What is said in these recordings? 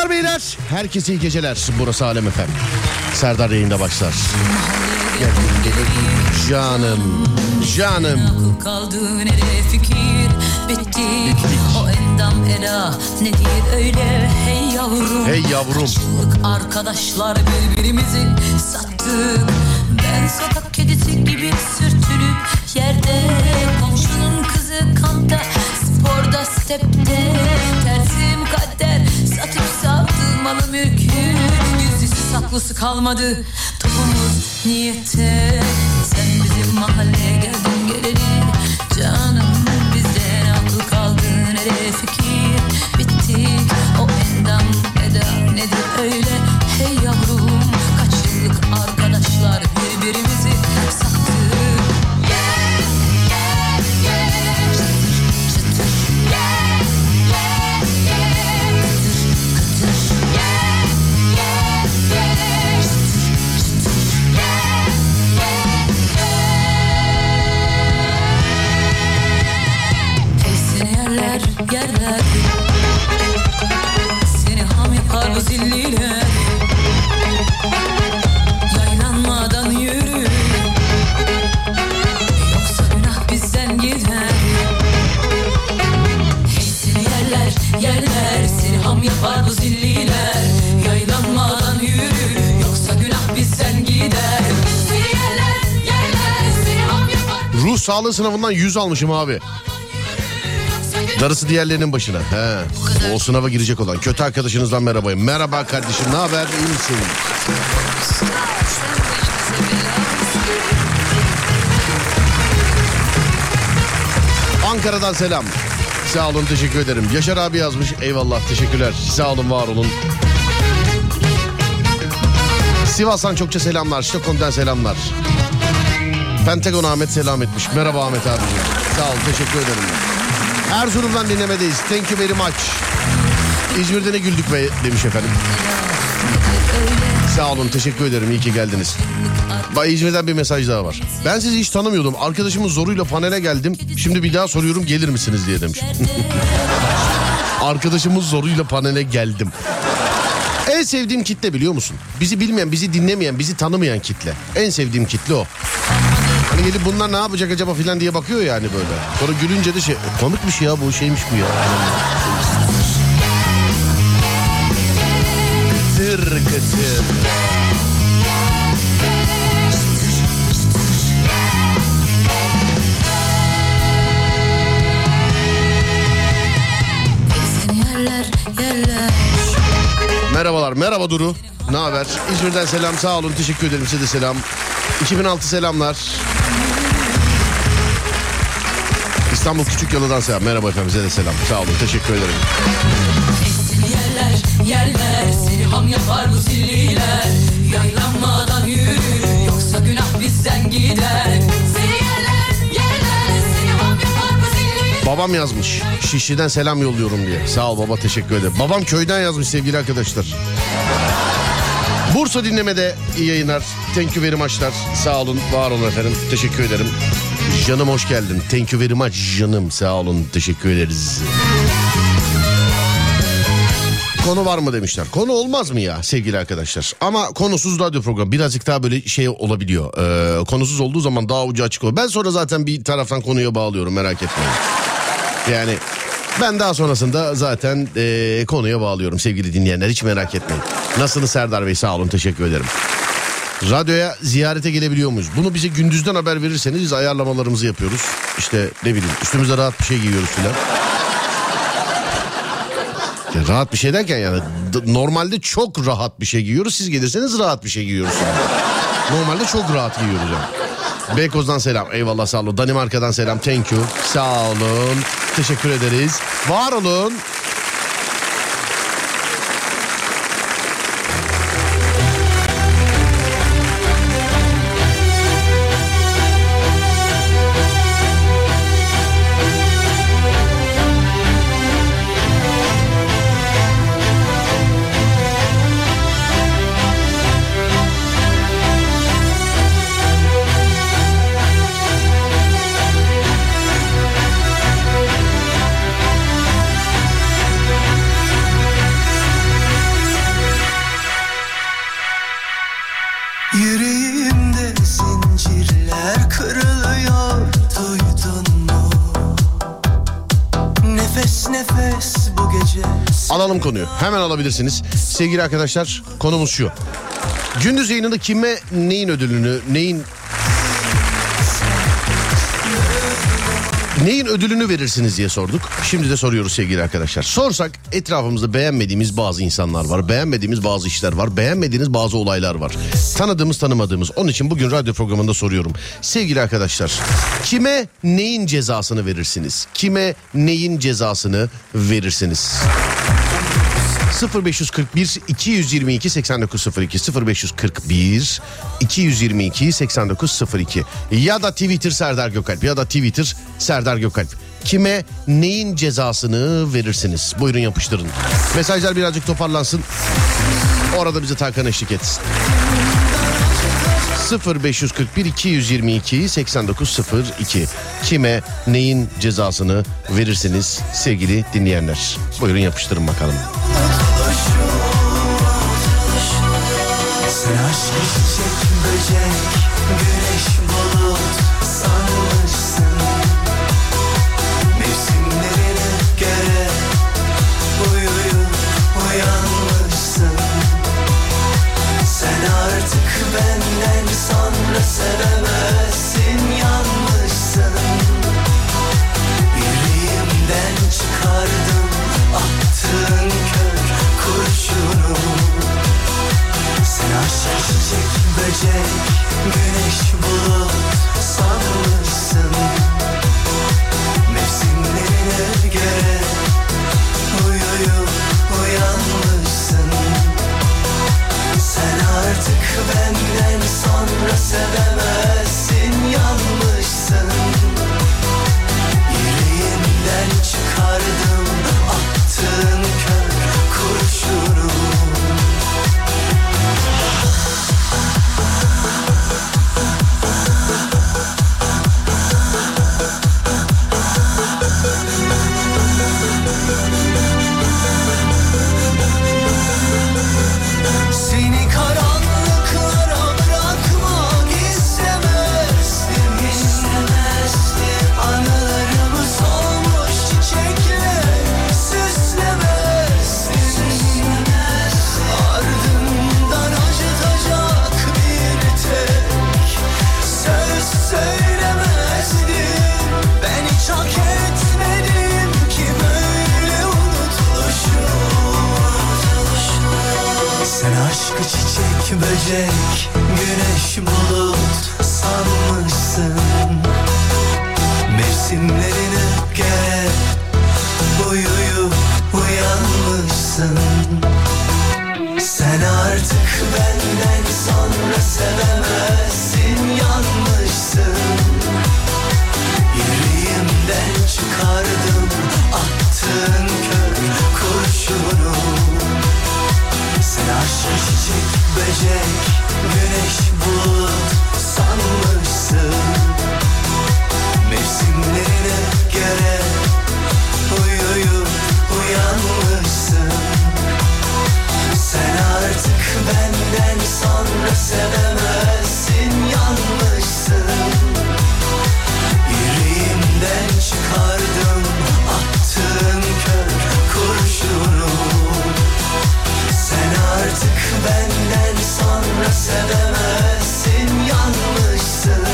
Hanımlar beyler, herkese iyi geceler. Burası Alem FM. Serdar yayında başlar. Canım, canım. Akıl kaldı nereye fikir bitti. O endam eda nedir öyle hey yavrum. Hey yavrum. Kaçlık arkadaşlar birbirimizi sattık. Ben sokak kedisi gibi sürtünüp yerde. Komşunun kızı kampta, sporda, stepte. Tersi mukadder satıp savdı malı mülkü. Yüzlüsü saklısı kalmadı topumuz niyete. Sen bizim mahalleye geldin geleli. Canım bizden akıl kaldı nereye fikir bittik. O endam eda nedir öyle hey yavrum. Kaç yıllık arkadaşlar birbirimizi sattık. Yerler seni ham yapar bu zilliler. Yaylanmadan yürü, yoksa günah bizden gider. Hey seni yerler seni ham yapar bu zilliler. Yaylanmadan yürü, yoksa günah bizden gider. Seni yerler seni ham yapar. Ruh sağlığı sınavından 100 almışım abi. Darısı diğerlerinin başına. He. O sınava girecek olan kötü arkadaşınızdan merhabayım. Merhaba kardeşim, ne haber, iyi misin? Ankara'dan selam. Sağ olun, teşekkür ederim. Yaşar abi yazmış. Eyvallah, teşekkürler. Sağ olun, var olun. Sivas'tan çokça selamlar. Stockholm'dan selamlar. Pentagon Ahmet selam etmiş. Merhaba Ahmet abiciğim. Sağ ol, teşekkür ederim. Erzurum'dan dinlemedeyiz. Thank you very much. İzmir'de ne güldük be demiş efendim. Sağ olun, teşekkür ederim. İyi ki geldiniz. Bak, İzmir'den bir mesaj daha var. Ben sizi hiç tanımıyordum. Arkadaşımın zoruyla panele geldim. Şimdi bir daha soruyorum, gelir misiniz diye demiş. Arkadaşımın zoruyla panele geldim. En sevdiğim kitle biliyor musun? Bizi bilmeyen, bizi dinlemeyen, bizi tanımayan kitle. En sevdiğim kitle o. Hani gelip bunlar ne yapacak acaba filan diye bakıyor yani böyle. Sonra gülünce de şey, komikmiş ya bu, şeymiş bu ya. Kıtır kıtır. Merhabalar, merhaba Duru. Ne haber? İzmir'den selam, sağ olun, teşekkür ederim, size de selam. 2006 selamlar. İstanbul Küçükyalı'dan selam. Merhaba efendim, size de selam. Sağ olun, teşekkür ederim. Yerler seni ham yapar bu zilliler. Yaylanmadan yürü, yoksa günah bizden gider. Seni yerler seni ham yapar bu zilliler. Babam yazmış. Şişli'den selam yolluyorum diye. Sağ ol baba, teşekkür ederim. Babam köyden yazmış sevgili arkadaşlar. Bursa dinlemede iyi yayınlar. Thank you very much'lar. Sağ olun, var olun efendim. Teşekkür ederim. Canım hoş geldin. Thank you very much canım. Sağ olun, teşekkür ederiz. Konu var mı demişler. Konu olmaz mı ya sevgili arkadaşlar? Ama konusuz radyo programı birazcık daha böyle şey olabiliyor. Konusuz olduğu zaman daha ucu açık oluyor. Ben sonra zaten bir taraftan konuya bağlıyorum, merak etmeyin. Yani ben daha sonrasında zaten konuya bağlıyorum sevgili dinleyenler, hiç merak etmeyin. Nasılsınız Serdar Bey? Sağ olun, teşekkür ederim. Radyoya ziyarete gelebiliyor muyuz? Bunu bize gündüzden haber verirseniz biz ayarlamalarımızı yapıyoruz. İşte ne bileyim, üstümüze rahat bir şey giyiyoruz filan. Rahat bir şey derken yani normalde çok rahat bir şey giyiyoruz. Siz gelirseniz rahat bir şey giyiyoruz. Normalde çok rahat giyiyoruz yani. Beykoz'dan selam. Eyvallah, sağ olun. Danimarka'dan selam. Thank you. Sağ olun. Teşekkür ederiz. Var olun. Alalım konuyu. Hemen alabilirsiniz. Sevgili arkadaşlar, konumuz şu. Gündüz yayınında kime neyin ödülünü, neyin ödülünü verirsiniz diye sorduk. Şimdi de soruyoruz sevgili arkadaşlar. Sorsak etrafımızda beğenmediğimiz bazı insanlar var. Beğenmediğimiz bazı işler var. Beğenmediğiniz bazı olaylar var. Tanıdığımız tanımadığımız. Onun için bugün radyo programında soruyorum. Sevgili arkadaşlar, kime neyin cezasını verirsiniz? Kime neyin cezasını verirsiniz? 0541 222 8902 0541 222 8902 ya da Twitter Serdar Gökalp ya da Twitter Serdar Gökalp. Kime neyin cezasını verirsiniz? Buyurun yapıştırın. Mesajlar birazcık toparlansın. Orada bize Tarkan eşlik etsin. 0541 222 8902 kime neyin cezasını verirsiniz sevgili dinleyenler? Buyurun yapıştırın bakalım. Sen aşk çiçek böcek güneş bulut sanmışsın. Mevsimlerine göre uyuyup uyanmışsın. Sen artık benden sonra sevemezsin, yanmışsın. Yüreğimden çıkardım attığın kör kurşunu. Sen aşk çiçek böcek güneş bulut sanmışsın. Mevsimlerine göre uyuyup uyanmışsın. Sen artık benden sonra sevemezsin, yanmışsın. Yüreğimden çıkardım attığın kör kurşunu. Seni karanlıklara bırakmak istemezdim. Anılarımı solmuş çiçekler süslemezdim. Ardından acıtacak bir tek söz söylemezdim. Ben hiç hak etmedim ki böyle unutuluşu. Sen aşkı çiçek böcek güneş bulut sanmışsın. Mevsimlerine göre uyuyup uyanmışsın. Sen artık benden sonra sevemezsin, yanmışsın. Yüreğimden çıkardım attığın kör kurşunu. Sen aşk çiçek böcek güneş bulut sanmışsın. Mevsimlerine göre uyuyup uyanmışsın. Sen artık benden sonra sevemezsin, yanmışsın. Yüreğimden çıkardım attığın kör kurşunu. Sen artık benden sonra sevemezsin, yanmışsın.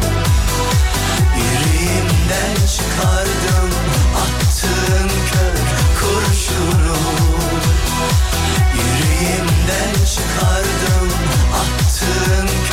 Yüreğimden çıkardım attığın kör kurşunu. Yüreğimden çıkardım attığın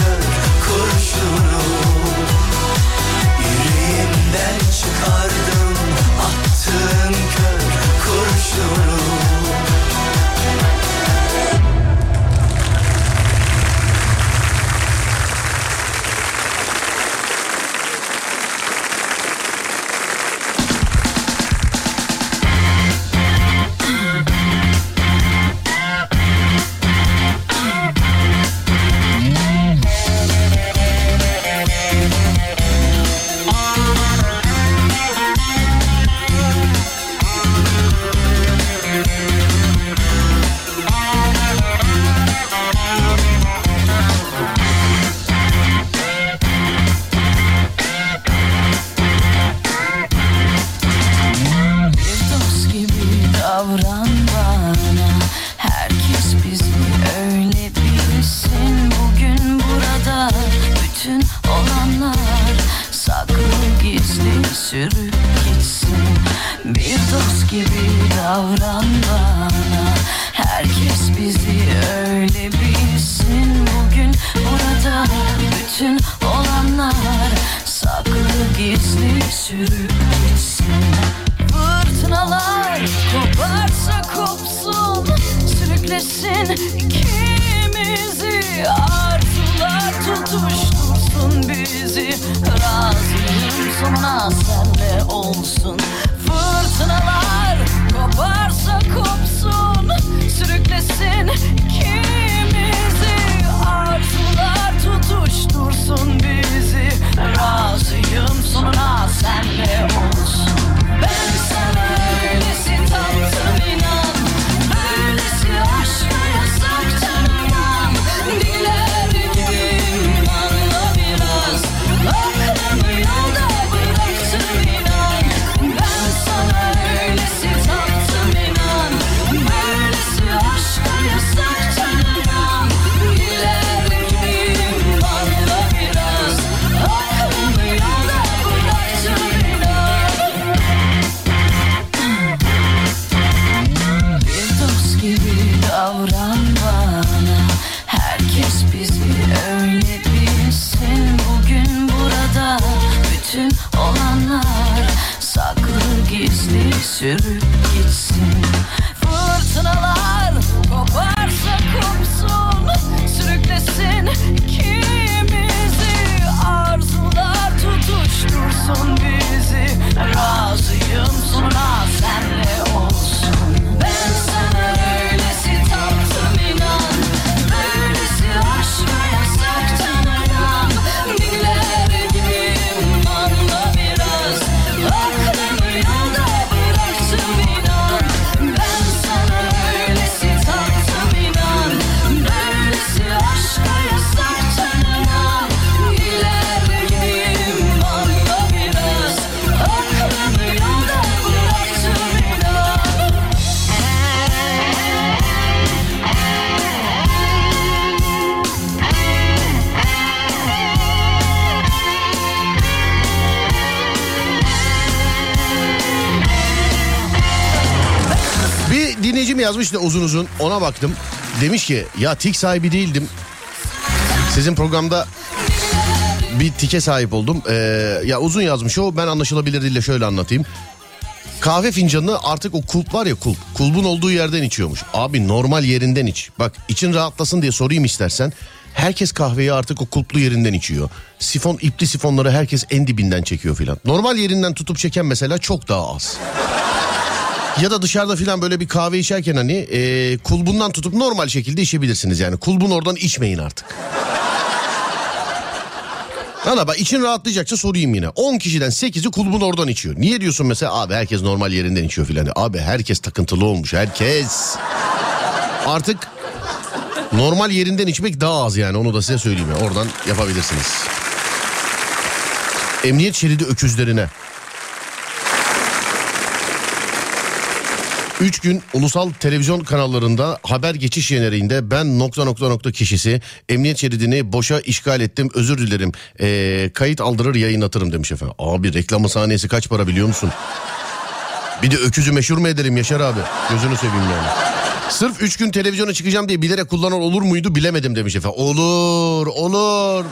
bizi öyle bilsin. Bugün burada bütün olanlar saklı gizli sürüp gitsin. Fırtınalar koparsa kopsun, sürüklesin ikimizi. Arzular tutuştursun bizi. Razıyım sonuna senle olsun. Fırtınalar koparsa kopsun, sürüklesin ikimizi. Arzular tutuştursun bizi. Razıyım sonuna senle olsun. Ben sana öylesi taptım inan, böylesi aşka yasak tanımam. Dilerim anla biraz, aklımı yolda bıraktım inan. Ben sana öylesi taptım inan, böylesi aşka yasak tanımam. Dilerim anla biraz, aklımı yolda bıraktım inan. Bir dost gibi davran bana, herkes bizi öyle bilsin. Bugün burada bütün olanlar saklı gizli sürüp gitsin. Fırtınalar koparsa kopsun, sürüklesin ikimizi. Arzular tutuştursun bizi. Razıyım sonuna senle olsun. Ben sana öylesi taptım inan, böylesi aşka yasak tanımam. Dilerim anla biraz, aklımı yolda bıraktım inan. Ben sana öylesi taptım inan, böylesi aşka yasak tanımam. Dilerim anla biraz, aklımı yolda bıraktım inan. Bir dinleyicim yazmış da uzun ona baktım. Demiş ki ya tik sahibi değildim. Sizin programda bir tike sahip oldum. Ya uzun yazmış o, ben anlaşılabilir dille şöyle anlatayım. Kahve fincanını artık o kulp var ya, kulbun olduğu yerden içiyormuş. Abi normal yerinden iç. Bak için rahatlasın diye sorayım istersen. Herkes kahveyi artık o kulplu yerinden içiyor. Sifon, ipli sifonları herkes en dibinden çekiyor filan. Normal yerinden tutup çeken mesela çok daha az. Ya da dışarıda filan böyle bir kahve içerken hani kulbundan tutup normal şekilde içebilirsiniz yani. Kulbun oradan içmeyin artık. Valla bak için rahatlayacaksa sorayım yine. 10 kişiden 8'i kulbun oradan içiyor. Niye diyorsun mesela abi herkes normal yerinden içiyor filan. Abi herkes takıntılı olmuş, herkes. Artık normal yerinden içmek daha az yani, onu da size söyleyeyim ya. Oradan yapabilirsiniz. Emniyet şeridi öküzlerine. 3 gün ulusal televizyon kanallarında haber geçiş jeneriğinde ben ... kişisi emniyet şeridini boşa işgal ettim, özür dilerim, kayıt aldırır yayınlatırım demiş efendim. Abi reklamın saniyesi kaç para biliyor musun? Bir de öküzü meşhur mu edelim Yaşar abi? Gözünü seveyim yani. Sırf 3 gün televizyona çıkacağım diye bilerek kullanan olur muydu bilemedim demiş efendim. Olur.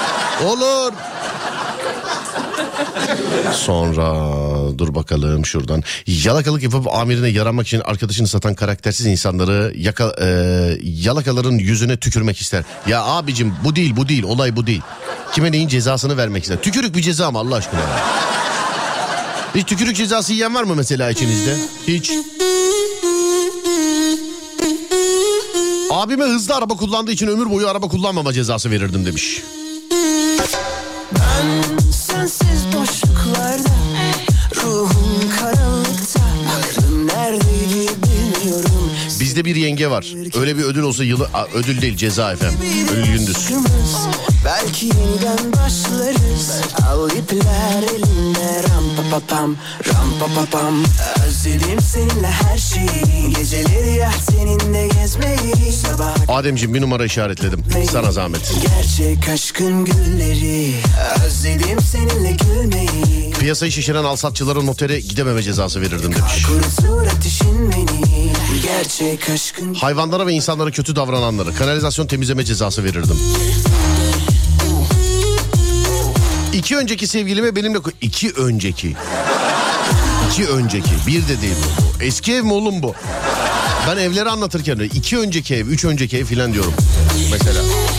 Sonra dur bakalım şuradan. Yalakalık yapıp amirine yaranmak için arkadaşını satan karaktersiz insanları yalakaların yüzüne tükürmek ister. Ya abicim bu değil olay bu değil. Kime neyin cezasını vermek ister. Tükürük bir ceza mı Allah aşkına? Hiç tükürük cezası yiyen var mı mesela içinizde? Hiç. Abime hızlı araba kullandığı için ömür boyu araba kullanmama cezası verirdim demiş. Ben sensiz boşluklarda, ruhum karanlıkta, aklım neredeydi bilmiyorum. Bizde bir yenge var. Öyle bir ödül olsa ödül değil ceza efendim. Ödül gündüz. Belki yeniden başlarız. Al ipler elinde, ram pa pa pam, ram pa pa pam. Özledim seninle her şeyi, geceleri ya seninle gezmeyi. Ademciğim bir numara işaretledim. Sana zahmet. Gerçek aşkın gülleri, özledim seninle gülmeyi. Piyasayı şişiren alsatçılara notere gidememe cezası verirdim demiş. Kurutur ateşin beni. Gerçek aşkın. Hayvanlara ve insanlara kötü davrananları kanalizasyon temizleme cezası verirdim. 2 önceki sevgilime benimle... 2 önceki. Bir de değil bu. Eski ev mi oğlum bu? Ben evleri anlatırken 2 önceki ev, 3 önceki ev filan diyorum. Mesela.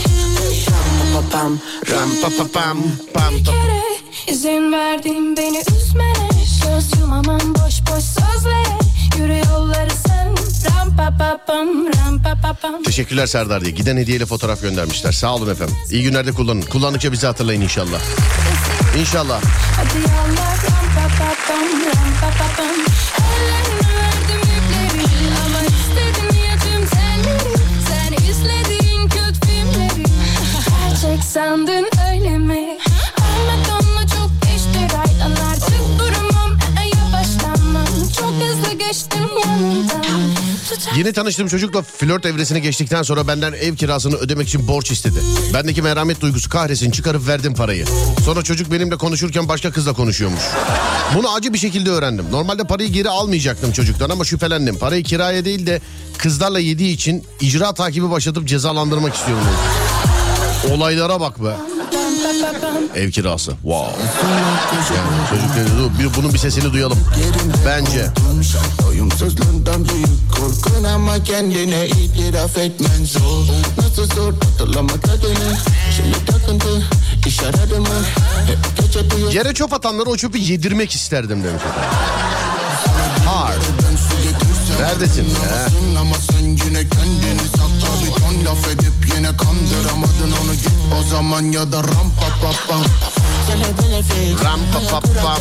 Bir kere izin verdim beni üzmene. Göz yumamam boş boş sözlere. Yürü yolları sen. Ram pa pa pam, ram pa pa pam. Teşekkürler Serdar diye. Giden hediyeyle fotoğraf göndermişler. Sağ olun efendim. İyi günlerde kullanın. Kullandıkça bizi hatırlayın inşallah. İnşallah. Hadi yallah ram pa pa pam, ram pa pa pam. Ellerine verdim yükleri ama istedim ya tüm telleri. Sen izlediğin kült filmleri. Gerçek sandın öyle mi? Anlatamla çok geçti raydan artık durmam. Yavaşlanmam çok hızlı geçtim yanından. Yeni tanıştığım çocukla flört evresine geçtikten sonra benden ev kirasını ödemek için borç istedi. Bendeki merhamet duygusu kahretsin, çıkarıp verdim parayı. Sonra çocuk benimle konuşurken başka kızla konuşuyormuş. Bunu acı bir şekilde öğrendim. Normalde parayı geri almayacaktım çocuktan ama şüphelendim. Parayı kiraya değil de kızlarla yediği için icra takibi başlatıp cezalandırmak istiyorum. Olaylara bak be. Ev kirası. Wow. Yani çocuk bunun bir sesini duyalım. Bence. Doyumsuzluğundan büyük korkun ama kendine itiraf etmen zor. Nasıl zor hatırlamak adını. Şimdi takıntı iş aradı mı? Hep gece duyuyor. Yere çöp atanlara o çöpü yedirmek isterdim demiş. Hard. Neredesin ya? Ama sen yine kendini sakla bir ton laf edip yine kandıramadın onu git o zaman ya da ram pa pa pam. Ram pa pa pam.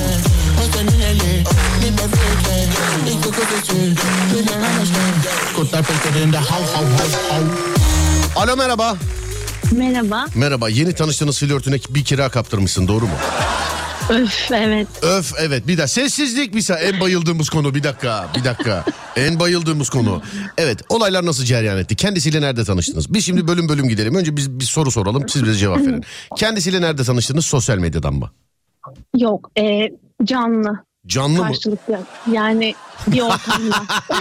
Alo merhaba. Merhaba. Merhaba. Yeni tanıştığınız flörtüne bir kira kaptırmışsın, doğru mu? Öf evet. Öf evet. Bir dakika. Sessizlik bir saniye. En bayıldığımız konu. Bir dakika. En bayıldığımız konu. Evet. Olaylar nasıl cereyan etti? Kendisiyle nerede tanıştınız? Biz şimdi bölüm bölüm gidelim. Önce biz bir soru soralım. Siz bize cevap verin. Kendisiyle nerede tanıştınız? Sosyal medyadan mı? Yok canlı. Canlı mı? Karşılıklı. Yani bir ortamda.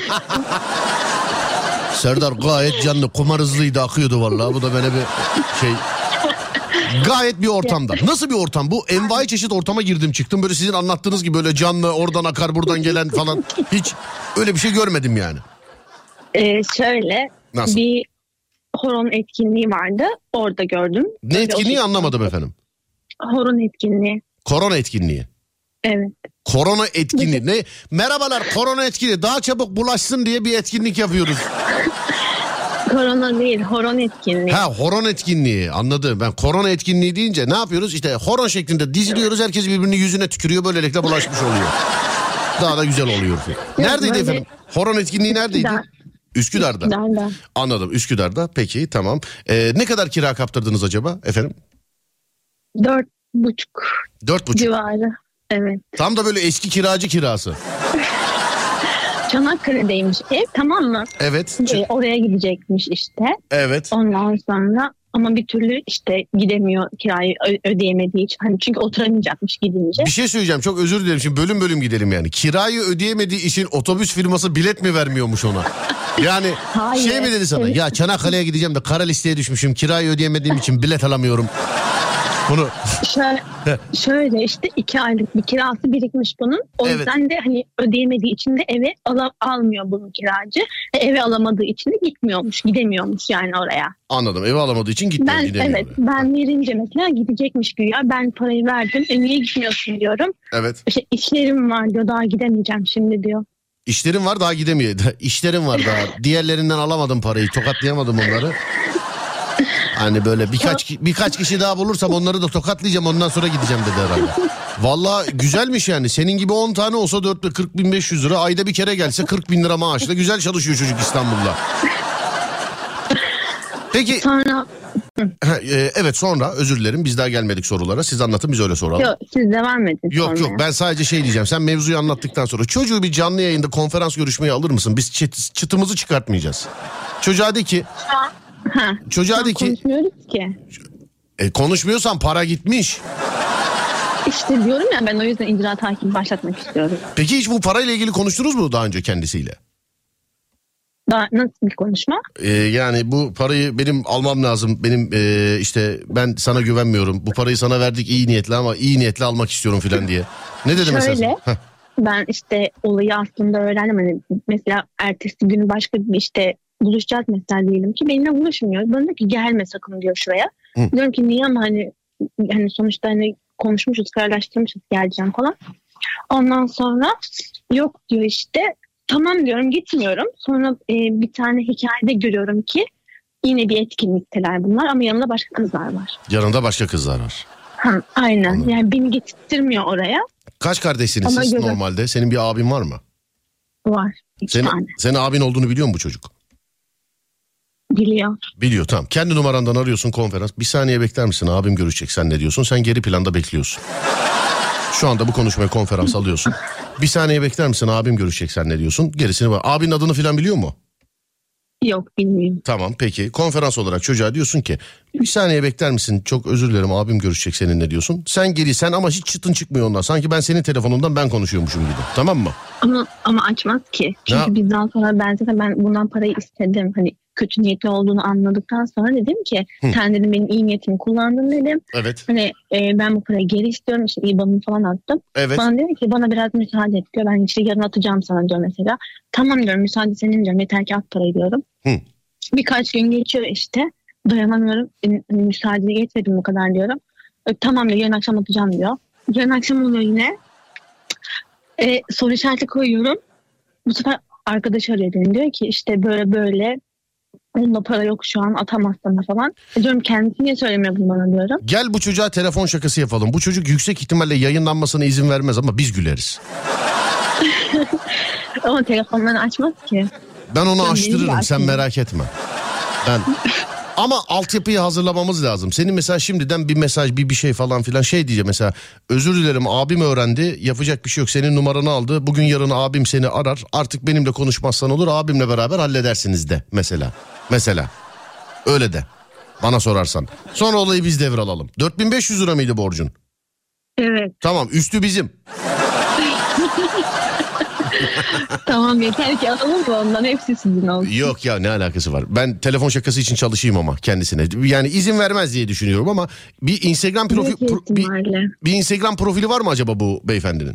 Serdar gayet canlı. Kumar hızlıydı, akıyordu vallahi. Bu da bana bir şey... Gayet bir ortamda. Nasıl bir ortam bu? Envai çeşit ortama girdim çıktım. Böyle sizin anlattığınız gibi böyle canlı, oradan akar buradan gelen falan. Hiç öyle bir şey görmedim yani. Şöyle. Nasıl? Bir horon etkinliği vardı. Orada gördüm. Ne Öyle etkinliği anlamadım efendim. Horon etkinliği. Korona etkinliği. Evet. Korona etkinliği. Ne? Merhabalar, korona etkinliği. Daha çabuk bulaşsın diye bir etkinlik yapıyoruz. Korona değil, horon etkinliği. Ha, horon etkinliği, anladım. Ben korona etkinliği deyince ne yapıyoruz? İşte horon şeklinde diziliyoruz. Herkes birbirinin yüzüne tükürüyor. Böylelikle bulaşmış oluyor. Daha da güzel oluyor. Neredeydi böyle... efendim? Horon etkinliği neredeydi? Üsküdar'da. Üsküdar'da. Anladım, Üsküdar'da. Peki, tamam. Ne kadar kira kaptırdınız acaba efendim? 4,5 4,5 civarı. Evet. Tam da böyle eski kiracı kirası. Çanakkale'deymiş ev, tamam mı? Evet. Oraya gidecekmiş işte. Evet. Ondan sonra ama bir türlü işte gidemiyor, kirayı ödeyemediği için. Hani çünkü oturamayacakmış gidince. Bir şey söyleyeceğim, çok özür dilerim. Şimdi bölüm bölüm gidelim yani. Kirayı ödeyemediği için otobüs firması bilet mi vermiyormuş ona? Yani Hayır. Şey mi dedi sana? Ya Çanakkale'ye gideceğim de kara listeye düşmüşüm. Kirayı ödeyemediğim için bilet alamıyorum. Bunu... Şöyle işte 2 aylık bir kirası birikmiş bunun. O yüzden de hani ödeyemediği için de eve almıyor bunu kiracı. Eve alamadığı için de gidemiyormuş yani oraya. Anladım, eve alamadığı için gidemiyor. Evet, ben verince mesela gidecekmiş güya. Ben parayı verdim. Niye gitmiyorsun diyorum. Evet. İşte işlerim var diyor, daha gidemeyeceğim şimdi diyor. İşlerim var, daha gidemiyor. İşlerim var daha. Diğerlerinden alamadım parayı, tokatlayamadım onları. Hani böyle birkaç kişi daha bulursam onları da tokatlayacağım, ondan sonra gideceğim dedi herhalde. Vallahi güzelmiş yani. Senin gibi 10 tane olsa 40.500 lira, ayda bir kere gelse 40.000 lira maaşla güzel çalışıyor çocuk İstanbul'da. Peki. Sonra... Evet, sonra özür dilerim, biz daha gelmedik sorulara. Siz anlatın, biz öyle soralım. Yok, siz devam edin. Yok ben sadece şey diyeceğim. Sen mevzuyu anlattıktan sonra çocuğu bir canlı yayında konferans görüşmeye alır mısın? Biz çıtımızı çıkartmayacağız. Çocuğa de ki Çocuğa de ki... Konuşmuyoruz ki. Konuşmuyorsan para gitmiş. İşte diyorum ya, ben o yüzden icra takibi başlatmak istiyorum. Peki hiç bu parayla ilgili konuştunuz mu daha önce kendisiyle? Daha nasıl bir konuşma? Yani bu parayı benim almam lazım. Benim işte ben sana güvenmiyorum. Bu parayı sana verdik iyi niyetli ama iyi niyetli almak istiyorum falan diye. Ne dedi mesela? Şöyle, ben işte olayı aslında öğrendim. Hani mesela ertesi gün başka bir işte buluşacağız mesela diyelim ki, benimle buluşmuyor. Bana diyor ki gelme sakın diyor şuraya. Diyorum ki niye, ama hani sonuçta hani konuşmuşuz, kararlaştırmışız, geleceğim falan. Ondan sonra yok diyor işte. Tamam diyorum, gitmiyorum. Sonra bir tane hikayede görüyorum ki yine bir etkinlikteler bunlar ama yanında başka kızlar var. Yanında başka kızlar var. Aynen. Anladım. Yani beni getirtmiyor oraya. Kaç kardeşsiniz siz normalde? Senin bir abin var mı? Var. 2 tane. Senin abin olduğunu biliyor mu bu çocuk? Biliyor. Biliyor, tamam. Kendi numarandan arıyorsun konferans. Bir saniye bekler misin, abim görüşecek seninle diyorsun. Sen geri planda bekliyorsun. Şu anda bu konuşmaya konferans alıyorsun. Bir saniye bekler misin, abim görüşecek seninle diyorsun. Gerisini var. Abinin adını falan biliyor mu? Yok, bilmiyorum. Tamam, peki konferans olarak çocuğa diyorsun ki bir saniye bekler misin, çok özür dilerim abim görüşecek seninle diyorsun. Sen ama hiç çıtın çıkmıyor ondan. Sanki ben senin telefonundan ben konuşuyormuşum gibi. Tamam mı? Ama açmaz ki. Çünkü bizden sonra ben bundan parayı istedim. Hani kötü niyetli olduğunu anladıktan sonra dedim ki sen dedim benim iyi niyetimi kullandın dedim. Evet. Hani ben bu parayı geri istiyorum, işte IBAN'ımı falan attım. Evet. Bana dedi ki bana biraz müsaade et diyor. Ben işte yarın atacağım sana diyor mesela. Tamam diyorum, müsaade senin diyorum, yeter ki at parayı diyorum. Birkaç gün geçiyor işte. Dayanamıyorum. Müsaade yetmedim bu kadar diyorum. Tamam diyor, yarın akşam atacağım diyor. Yarın akşam oluyor yine. Soru işareti koyuyorum. Bu sefer arkadaş arıyor beni, diyor ki işte böyle onunla para yok şu an, atamaz sana falan. Diyorum kendisi niye söylemiyor bunu bana diyorum. Gel bu çocuğa telefon şakası yapalım. Bu çocuk yüksek ihtimalle yayınlanmasına izin vermez ama biz güleriz. Ama telefonlarını açmaz ki. Ben onu açtırırım, sen merak etme. Ama altyapıyı hazırlamamız lazım. Senin mesela şimdiden bir mesaj, bir şey falan filan şey diyeceğim mesela. Özür dilerim abim öğrendi, yapacak bir şey yok, senin numaranı aldı. Bugün yarın abim seni arar, artık benimle konuşmazsan olur, abimle beraber halledersiniz de mesela. Mesela öyle de bana sorarsan. Sonra olayı biz devralalım. 4500 lira mıydı borcun? Evet. Tamam, üstü bizim. Tamam, yeter ki alalım mı ondan, hepsi sizin olsun. Yok ya, ne alakası var? Ben telefon şakası için çalışayım ama kendisine. Yani izin vermez diye düşünüyorum ama bir Instagram bir Instagram profili var mı acaba bu beyefendinin?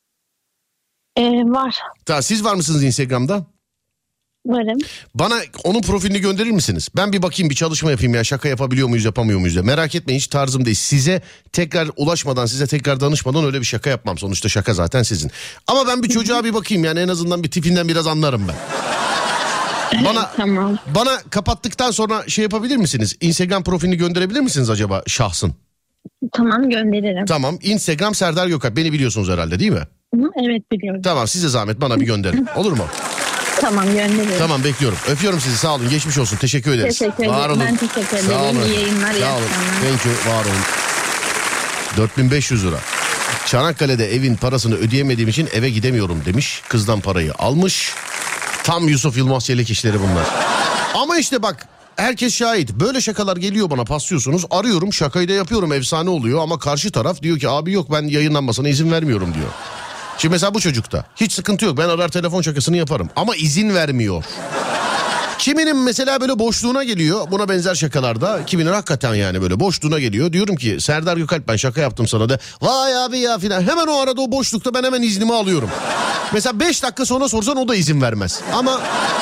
Var. Siz var mısınız Instagram'da? Varım. Bana onun profilini gönderir misiniz? Ben bir bakayım, bir çalışma yapayım ya, şaka yapabiliyor muyuz yapamıyor muyuz ya. Merak etmeyin, hiç tarzım değil. Size tekrar ulaşmadan, size tekrar danışmadan öyle bir şaka yapmam. Sonuçta şaka zaten sizin. Ama ben bir çocuğa bir bakayım, yani en azından bir tipinden biraz anlarım ben. Tamam. Bana kapattıktan sonra şey yapabilir misiniz? Instagram profilini gönderebilir misiniz acaba şahsın? Tamam, gönderirim. Tamam, Instagram Serdar Gökalp, beni biliyorsunuz herhalde değil mi? Evet, biliyorum. Tamam, size zahmet bana bir gönderin, olur mu? Tamam, gönderirim. Tamam, bekliyorum. Öpüyorum sizi, sağ olun, geçmiş olsun, teşekkür ederiz. Teşekkür ederim. Var olun. Ben teşekkür ederim. Sağ olun. İyi yayınlar. Sağ olun. Thank you, var olun. 4500 lira. Çanakkale'de evin parasını ödeyemediğim için eve gidemiyorum demiş. Kızdan parayı almış. Tam Yusuf Yılmaz Çelik işleri bunlar. Ama işte bak, herkes şahit. Böyle şakalar geliyor bana, paslıyorsunuz. Arıyorum, şakayı da yapıyorum, efsane oluyor. Ama karşı taraf diyor ki abi yok, ben yayınlanmasına izin vermiyorum diyor. Şimdi mesela bu çocukta hiç sıkıntı yok. Ben arar telefon şakasını yaparım. Ama izin vermiyor. Kiminin mesela böyle boşluğuna geliyor. Buna benzer şakalarda. Kiminin hakikaten yani böyle boşluğuna geliyor. Diyorum ki Serdar Gökalp, ben şaka yaptım sana da. Vay abi ya filan. Hemen o arada, o boşlukta ben hemen iznimi alıyorum. Mesela 5 dakika sonra sorsan o da izin vermez. Ama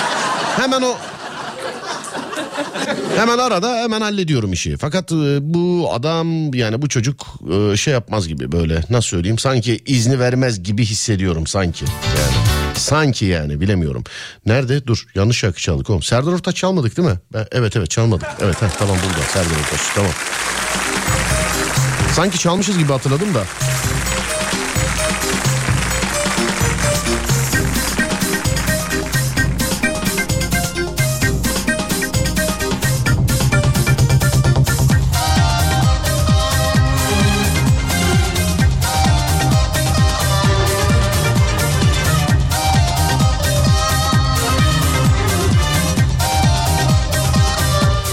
hemen arada hemen hallediyorum işi. Fakat bu adam, yani bu çocuk şey yapmaz gibi, böyle nasıl söyleyeyim, sanki izni vermez gibi hissediyorum sanki. Yani sanki, yani bilemiyorum. Nerede? Dur, yanlış şarkı çaldık oğlum. Serdar Ortaç çalmadık değil mi? Evet çalmadık. Evet tamam, burada Serdar Ortaç, tamam. Sanki çalmışız gibi hatırladım da.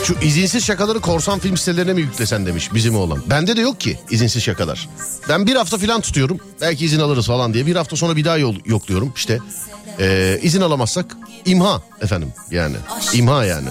Şu izinsiz şakaları korsan film sitelerine mi yüklesen demiş bizim oğlan. Bende de yok ki izinsiz şakalar. Ben bir hafta falan tutuyorum. Belki izin alırız falan diye. Bir hafta sonra bir daha yokluyorum işte. İzin alamazsak imha efendim yani. İmha yani.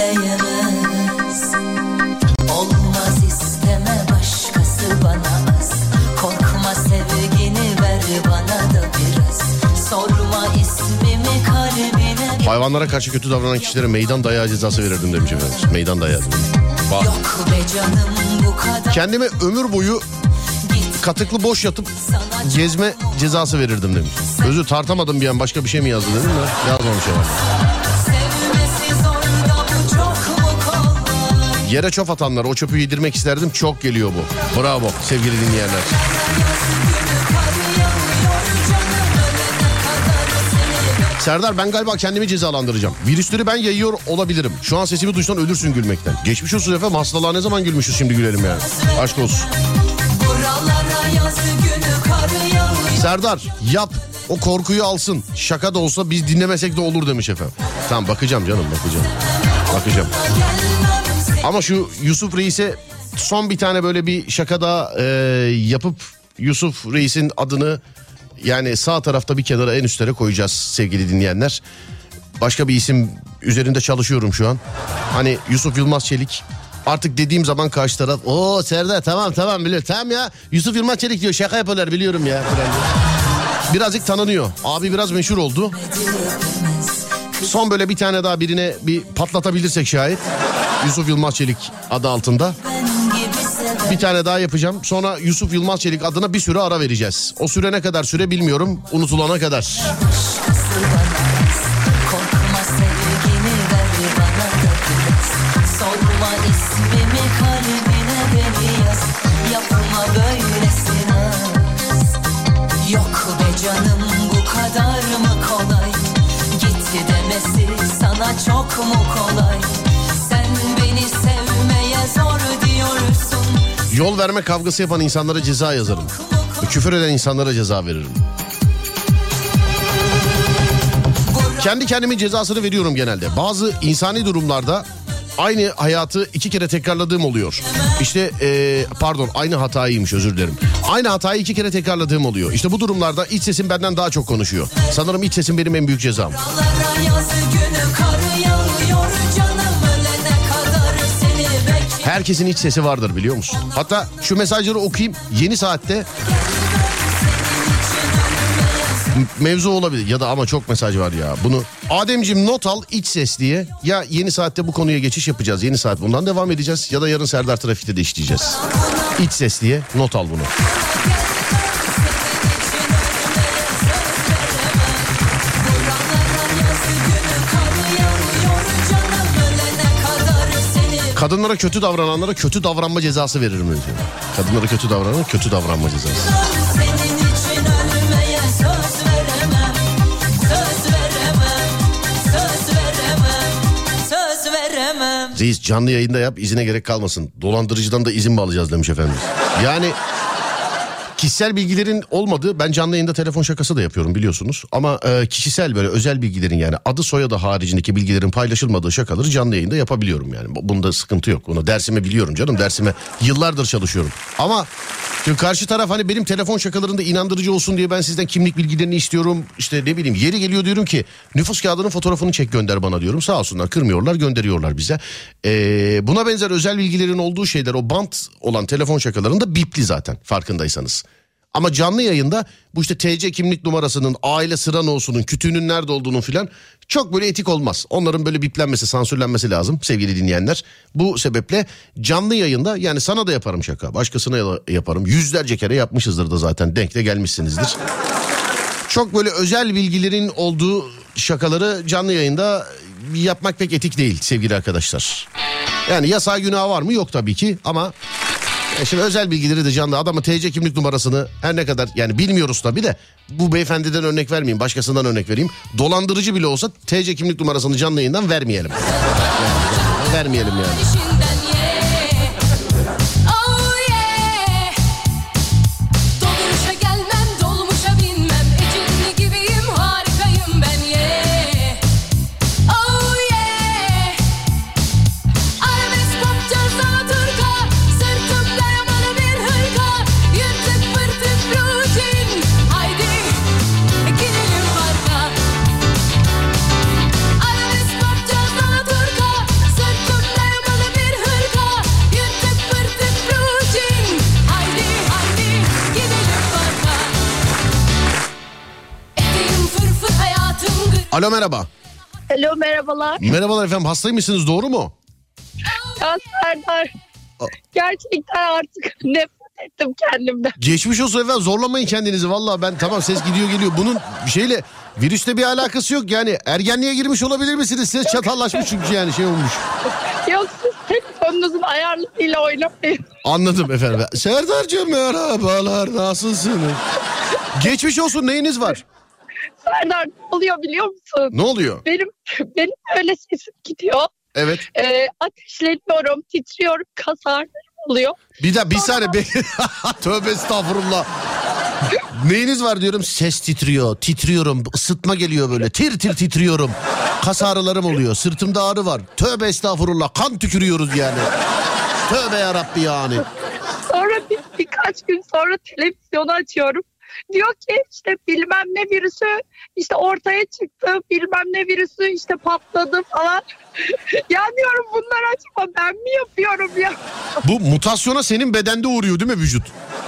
Olmaz isteme başkası bana az. Korkma sevgini ver bana da biraz. Sorma ismimi kalbine. Hayvanlara karşı kötü davranan kişilere meydan dayağı cezası verirdim demiş efendim. Meydan dayağı. Yok be canım bu kadar. Kendime ömür boyu katıklı boş yatıp gezme cezası verirdim demiş. Özü tartamadım bir an, başka bir şey mi yazdı dedim de yazmamış herhalde. Yere çöp atanlara o çöpü yedirmek isterdim, çok geliyor bu. Bravo sevgili dinleyenler. Serdar, ben galiba kendimi cezalandıracağım. Virüsleri ben yayıyor olabilirim. Şu an sesimi duysan ölürsün gülmekten. Geçmiş olsun efendim, hastalığa ne zaman gülmüşüz, şimdi gülelim yani. Aşk olsun. Serdar yap, o korkuyu alsın. Şaka da olsa biz dinlemesek de olur demiş efendim. Tamam, bakacağım canım, bakacağım. Ama şu Yusuf Reis'e son bir tane böyle bir şaka daha yapıp Yusuf Reis'in adını yani sağ tarafta bir kenara en üstlere koyacağız sevgili dinleyenler. Başka bir isim üzerinde çalışıyorum şu an. Hani Yusuf Yılmaz Çelik. Artık dediğim zaman karşı taraf o Serdar tamam biliyorum. Tamam ya, Yusuf Yılmaz Çelik diyor, şaka yapıyorlar biliyorum ya. Birazcık tanınıyor. Abi biraz meşhur oldu. Son böyle bir tane daha birine bir patlatabilirsek şayet. Yusuf Yılmaz Çelik adı altında. Bir tane daha yapacağım. Sonra Yusuf Yılmaz Çelik adına bir süre ara vereceğiz. O süre ne kadar süre bilmiyorum. Unutulana kadar. Yok be canım bu kadar mı kolay? Git demesi sana çok mu kolay? Sen beni sevmeye zor diyorsun. Yol verme kavgası yapan insanlara ceza yazarım. Küfür eden insanlara ceza veririm. Kendi kendimin cezasını veriyorum genelde. Bazı insani durumlarda aynı hayatı 2 kere tekrarladığım oluyor. İşte aynı hatayıymış, özür dilerim. Aynı hatayı 2 kere tekrarladığım oluyor. İşte bu durumlarda iç sesim benden daha çok konuşuyor. Sanırım iç sesim benim en büyük cezam. Herkesin iç sesi vardır biliyor musun? Hatta şu mesajları okuyayım. Yeni Saat'te mevzu olabilir ya da, ama çok mesaj var ya. Bunu Ademciğim not al, iç ses diye. Ya Yeni Saat'te bu konuya geçiş yapacağız. Yeni Saat bundan devam edeceğiz. Ya da yarın Serdar Trafik'te de işleyeceğiz. İç ses diye not al bunu. Kadınlara kötü davrananlara kötü davranma cezası veririm önce. Kadınlara kötü davrananlara kötü davranma cezası. Reis canlı yayında yap, izine gerek kalmasın. Dolandırıcıdan da izin mi alacağız demiş efendimiz. Yani kişisel bilgilerin olmadığı, ben canlı yayında telefon şakası da yapıyorum biliyorsunuz. Ama kişisel böyle özel bilgilerin, yani adı soyadı haricindeki bilgilerin paylaşılmadığı şakaları canlı yayında yapabiliyorum yani. Bunda sıkıntı yok. Bunu dersime biliyorum canım, dersime yıllardır çalışıyorum. Ama çünkü karşı taraf hani benim telefon şakalarında inandırıcı olsun diye ben sizden kimlik bilgilerini istiyorum. İşte ne bileyim, yeri geliyor diyorum ki nüfus kağıdının fotoğrafını çek gönder bana diyorum. Sağ olsunlar, kırmıyorlar, gönderiyorlar bize. Buna benzer özel bilgilerin olduğu şeyler, o bant olan telefon şakalarında bipli zaten, farkındaysanız. Ama canlı yayında bu işte TC kimlik numarasının, aile sıra no'sunun, kütüğünün nerede olduğunun filan çok böyle etik olmaz. Onların böyle biplenmesi, sansürlenmesi lazım sevgili dinleyenler. Bu sebeple canlı yayında, yani sana da yaparım şaka, başkasına yaparım. Yüzlerce kere yapmışızdır da zaten, denk de gelmişsinizdir. Çok böyle özel bilgilerin olduğu şakaları canlı yayında yapmak pek etik değil sevgili arkadaşlar. Yani yasağı günahı var mı? Yok tabii ki, ama şimdi özel bilgileri de canlı, adamın TC kimlik numarasını her ne kadar yani bilmiyoruz tabii de, bu beyefendiden örnek vermeyeyim, başkasından örnek vereyim. Dolandırıcı bile olsa TC kimlik numarasını canlı yayından vermeyelim. Vermeyelim yani. Alo merhaba. Alo merhabalar. Merhabalar efendim, hastaymışsınız, doğru mu? Ya Serdar, gerçekten artık nefret ettim kendimden. Geçmiş olsun efendim, zorlamayın kendinizi vallahi. Ben tamam, ses gidiyor geliyor. Bunun şeyle, virüsle bir alakası yok yani. Ergenliğe girmiş olabilir misiniz? Ses çatallaşmış çünkü, yani şey olmuş. Yok, siz telefonunuzun ayarlarıyla oynamayın. Anladım efendim. Serdar'cığım merhabalar, nasılsınız? Geçmiş olsun, neyiniz var? Serdar, ne oluyor biliyor musun? Ne oluyor? Benim öyle sesim gidiyor. Evet. Ateşleniyorum, titriyorum, kas ağrılarım oluyor. Bir saniye. Tövbe estağfurullah. Neyiniz var diyorum, ses titriyor, titriyorum, ısıtma geliyor böyle, tir tir titriyorum. Kas ağrılarım oluyor, sırtımda ağrı var. Tövbe estağfurullah, kan tükürüyoruz yani. Tövbe yarabbi yani. Sonra birkaç gün sonra televizyonu açıyorum. Diyor ki işte bilmem ne virüsü işte ortaya çıktı, bilmem ne virüsü işte patladı falan. Ya diyorum, bunlar acaba ben mi yapıyorum ya? Bu mutasyona senin bedende uğruyor değil mi vücut?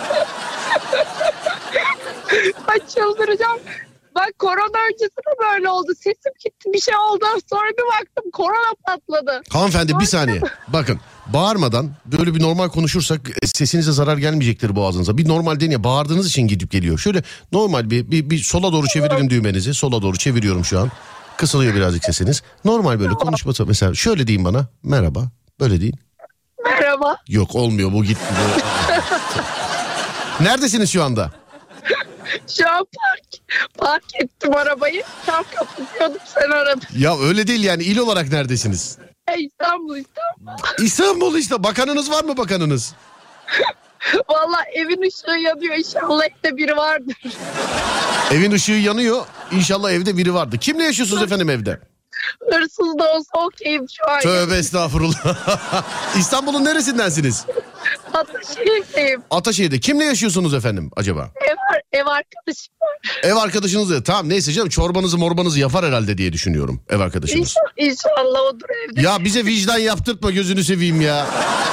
Ay çıldıracağım. Bak, korona öncesi de böyle oldu. Sesim gitti, bir şey oldu. Sonra bir baktım korona patladı. Hanımefendi bir saniye. Bakın, bağırmadan böyle bir normal konuşursak sesinize zarar gelmeyecektir boğazınıza. Bir normal deneyin, bağırdığınız için gidip geliyor. Şöyle normal bir sola doğru çevirelim düğmenizi. Sola doğru çeviriyorum şu an. Kısılıyor birazcık sesiniz. Normal böyle konuşması, mesela şöyle deyin bana. Merhaba. Böyle deyin. Merhaba. Yok, olmuyor bu, gitti. Neredesiniz şu anda? Şu an park ettim arabayı. Tam kapatıyordum, sen aradın. Ya öyle değil yani, il olarak neredesiniz? İstanbul. İstanbul işte. Bakanınız var mı, bakanınız? Vallahi evin ışığı yanıyor. İnşallah evde biri vardır. Evin ışığı yanıyor. İnşallah evde biri vardı. Kimle yaşıyorsunuz efendim evde? Hırsız da olsa okeyim şu an. Tövbe estağfurullah. İstanbul'un neresindensiniz? Ataşehir'deyim. Ataşehir'de. Kimle yaşıyorsunuz efendim acaba? Ev arkadaşım var. Ev arkadaşınız da. Tamam, neyse canım, çorbanızı morbanızı yapar herhalde diye düşünüyorum ev arkadaşınız. İnşallah odur evde. Ya bize vicdan yaptırtma, gözünü seveyim ya.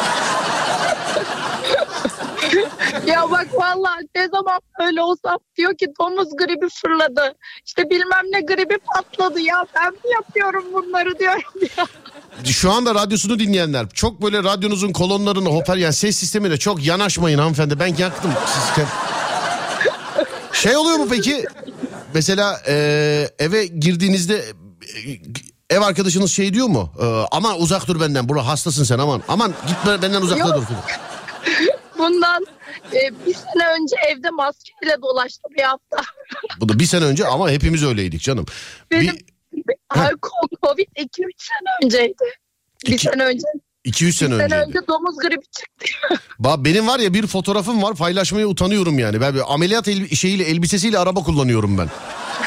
Ya bak, vallahi ne zaman öyle olsam diyor ki domuz gribi fırladı. İşte bilmem ne gribi patladı ya. Ben mi yapıyorum bunları diyorum ya. Şu anda radyosunu dinleyenler, çok böyle radyonuzun kolonlarını hoparlör, yani ses sistemine çok yanaşmayın hanımefendi. Ben yaktım sistem. Şey oluyor mu peki? Mesela eve girdiğinizde ev arkadaşınız şey diyor mu? Aman uzak dur benden, bura hastasın sen, aman gitme benden, uzakta dur. Bundan bir sene önce evde maskeyle dolaştım bir hafta. Bu da bir sene önce, ama hepimiz öyleydik canım. Benim Covid 2-3 sene önceydi. Bir sene önce. 2-3 sene önce. Domuz gribi çıktı. Benim var ya, bir fotoğrafım var, paylaşmaya utanıyorum yani. Ben bir ameliyat elbisesiyle araba kullanıyorum ben.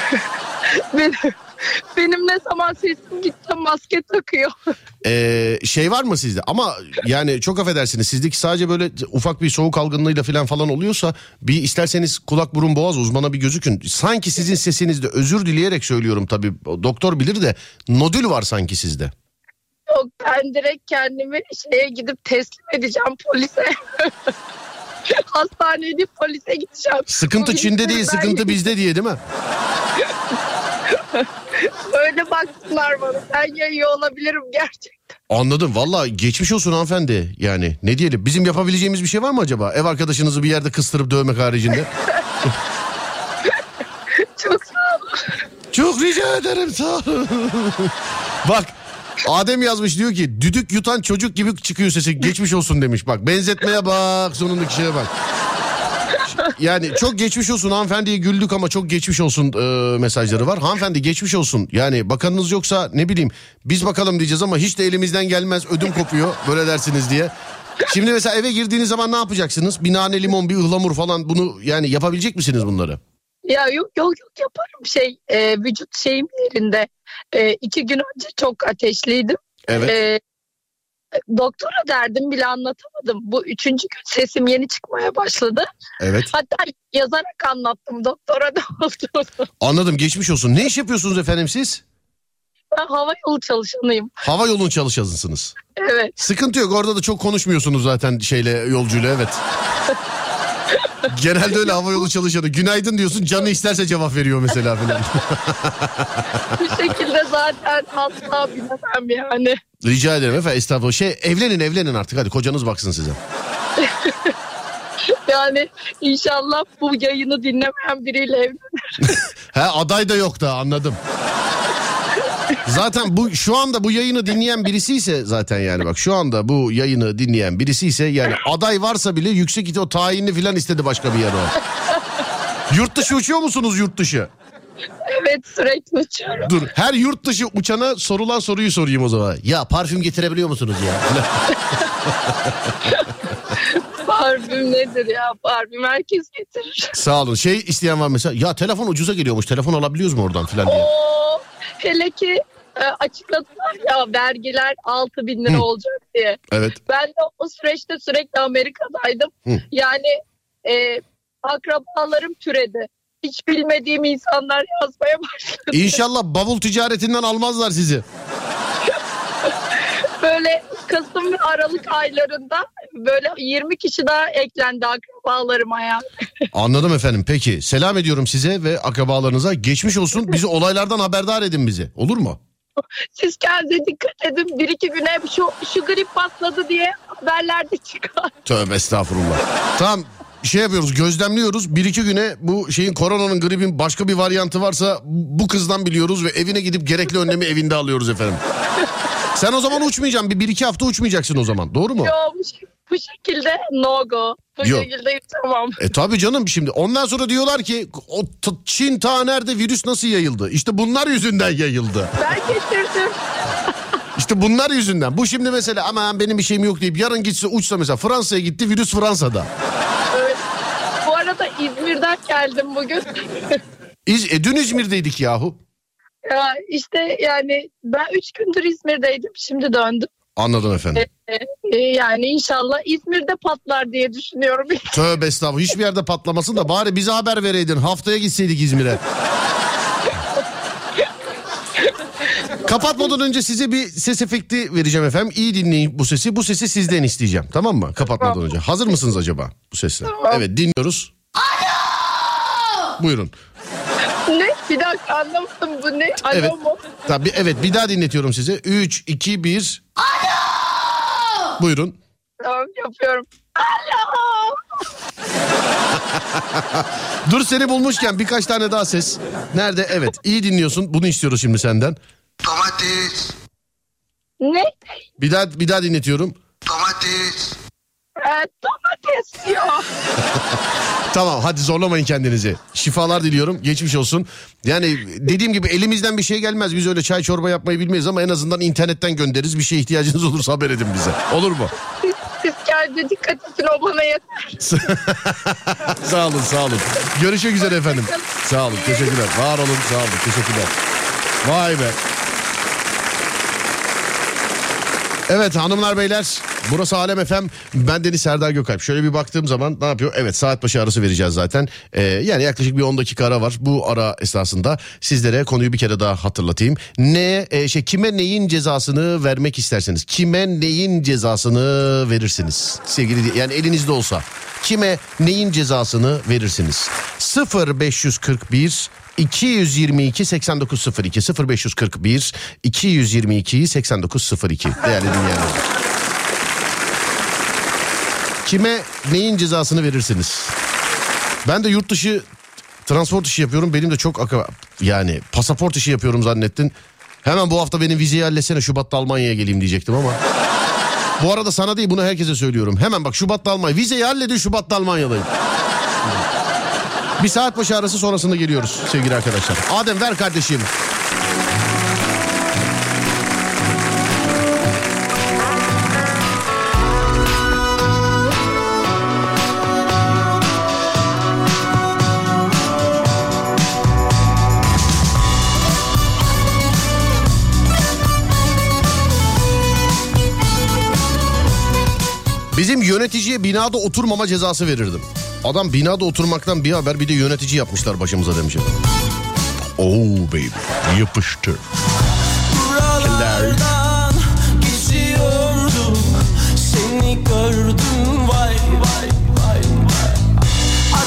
Benim ne zaman sesim gitti maske takıyor. Şey var mı sizde? Ama yani çok affedersiniz, sizdeki sadece böyle ufak bir soğuk algınlığıyla falan oluyorsa bir isterseniz kulak burun boğaz uzmana bir gözükün. Sanki sizin sesinizde, özür dileyerek söylüyorum tabii, doktor bilir de, nodül var sanki sizde. Yok, ben direkt kendimi şeye gidip teslim edeceğim polise. Hastaneye gidip polise gideceğim. Sıkıntı Çin'de değil, sıkıntı bizde diye, değil mi? Öyle baksınlar bana. Ben yayıyor olabilirim gerçekten. Anladım. Vallahi geçmiş olsun hanımefendi. Yani ne diyelim, bizim yapabileceğimiz bir şey var mı acaba? Ev arkadaşınızı bir yerde kıstırıp dövmek haricinde. Çok sağ olun. Çok rica ederim, sağ olun. Bak, Adem yazmış, diyor ki düdük yutan çocuk gibi çıkıyor sesi, geçmiş olsun demiş. Bak, benzetmeye bak, sonundaki şeye bak. Yani çok geçmiş olsun hanımefendiye güldük ama çok geçmiş olsun mesajları var. Hanımefendi geçmiş olsun. Yani bakanınız yoksa ne bileyim, biz bakalım diyeceğiz ama hiç de elimizden gelmez, ödüm kopuyor böyle dersiniz diye. Şimdi mesela eve girdiğiniz zaman ne yapacaksınız? Bir nane limon, bir ıhlamur falan, bunu yani yapabilecek misiniz bunları? Ya yok yaparım, vücut şeyim yerinde. 2 gün önce çok ateşliydim. Evet. Doktora derdim bile anlatamadım. Bu 3. gün sesim yeni çıkmaya başladı. Evet. Hatta yazarak anlattım doktora da olduğunu. Anladım, geçmiş olsun. Ne iş yapıyorsunuz efendim siz? Ben havayolu çalışanıyım. Hava yolun çalışanısınız. Evet. Sıkıntı yok, orada da çok konuşmuyorsunuz zaten yolcuyla, evet. Genelde öyle havayolu çalışanı. Günaydın diyorsun, canı isterse cevap veriyor mesela falan. Bu şekilde zaten asla bilemem yani. Rica ederim efendim, estağfurullah. Evlenin artık, hadi kocanız baksın size. Yani inşallah bu yayını dinlemeyen biriyle evlenir. Aday da yok da, anladım. Zaten bu şu anda bu yayını dinleyen birisi ise zaten, yani bak şu anda bu yayını dinleyen birisi ise yani aday varsa bile yüksek ihtimal tayinli falan istedi başka bir yere o. Yurt dışı uçuyor musunuz, yurt dışı? Evet, sürekli uçuyorum. Dur, her yurt dışı uçana sorulan soruyu sorayım o zaman. Ya parfüm getirebiliyor musunuz ya? Parfüm nedir ya? Parfüm herkes getirir. Sağ olun. İsteyen var mesela. Ya telefon ucuza geliyormuş. Telefon alabiliyoruz mu oradan falan diye. Hele ki açıkladılar ya, vergiler 6.000 lira olacak diye. Evet. Ben de o süreçte sürekli Amerika'daydım. Yani akrabalarım türedi. Hiç bilmediğim insanlar yazmaya başladı. İnşallah bavul ticaretinden almazlar sizi. Böyle Kasım ve Aralık aylarında böyle 20 kişi daha eklendi akrabalarıma yani. Anladım efendim. Peki selam ediyorum size ve akrabalarınıza. Geçmiş olsun. Bizi olaylardan haberdar edin bizi. Olur mu? Siz kendinize dikkat edin. 1-2 güne şu grip patladı diye haberlerde çıkar. Tövbe estağfurullah. Tamam, yapıyoruz, gözlemliyoruz. 1-2 güne bu koronanın, gripin başka bir varyantı varsa bu kızdan biliyoruz ve evine gidip gerekli önlemi evinde alıyoruz efendim. Sen o zaman uçmayacaksın. 1-2 hafta uçmayacaksın o zaman. Doğru mu? Yok, bu şekilde no go. Bu şekilde tamam. Tabii canım, şimdi ondan sonra diyorlar ki o Çin ta nerede, virüs nasıl yayıldı? İşte bunlar yüzünden yayıldı. Ben getirdim. İşte bunlar yüzünden. Bu şimdi mesela aman benim bir şeyim yok deyip yarın gitse uçsa mesela, Fransa'ya gitti, virüs Fransa'da. Evet. Bu arada İzmir'den geldim bugün. Dün İzmir'deydik yahu. Ya işte yani ben 3 gündür İzmir'deydim, şimdi döndüm. Anladım efendim. Yani inşallah İzmir'de patlar diye düşünüyorum. Tövbe estağfurullah, hiçbir yerde patlamasın da bari bize haber vereydin, haftaya gitseydik İzmir'e. Kapatmadan önce size bir ses efekti vereceğim efendim. İyi dinleyin bu sesi. Bu sesi sizden isteyeceğim, tamam mı? Kapatmadan önce. Hazır mısınız acaba bu sesle? Tamam. Evet, dinliyoruz. Alo! Buyurun. Ne? Bir dakika, anlamadım, bu ne? Alo Evet. mu? Tabii, evet, bir daha dinletiyorum size. 3, 2, 1. Alo! Buyurun. Tamam, yapıyorum. Alo! Dur, seni bulmuşken birkaç tane daha ses. Nerede? Evet, iyi dinliyorsun. Bunu istiyoruz şimdi senden. Domates. Ne? Bir daha dinletiyorum. Domates. Domates yok. Tamam, hadi zorlamayın kendinizi. Şifalar diliyorum. Geçmiş olsun. Yani dediğim gibi elimizden bir şey gelmez. Biz öyle çay çorba yapmayı bilmeyiz ama en azından internetten göndeririz. Bir şeye ihtiyacınız olursa haber edin bize. Olur mu? Siz kendinize dikkat edin, o bana yeter. Sağ olun. Görüşmek üzere efendim. Sağ olun, teşekkürler. Var olun, sağ olun, teşekkürler. Vay be. Evet hanımlar beyler, burası Alem FM. Ben Deniz Serdar Gökalp. Şöyle bir baktığım zaman ne yapıyor? Evet, saat başı arası vereceğiz zaten. Yani yaklaşık bir 10 dakika ara var. Bu ara esnasında sizlere konuyu bir kere daha hatırlatayım. Kime neyin cezasını vermek isterseniz, kime neyin cezasını verirsiniz sevgili, yani elinizde olsa kime neyin cezasını verirsiniz? 0541 222 8902 0541 222 8902 değerli dinleyenler. Kime neyin cezasını verirsiniz? Ben de yurt dışı transport işi yapıyorum. Benim de çok yani pasaport işi yapıyorum zannettin. Hemen bu hafta benim vizeyi halletsene, Şubat'ta Almanya'ya geleyim diyecektim ama. Bu arada sana değil, bunu herkese söylüyorum. Hemen bak, Şubat'ta Almanya. Vizeyi halledin, Şubat'ta Almanya'dayım. Bir saat başı arası sonrasında geliyoruz sevgili arkadaşlar. Adem ver kardeşim. Bizim yöneticiye binada oturmama cezası verirdim. Adam binada oturmaktan bir haber, bir de yönetici yapmışlar başımıza demiş. Oh baby, yapıştır. Buralardan geçiyordum, seni gördüm, vay vay vay vay.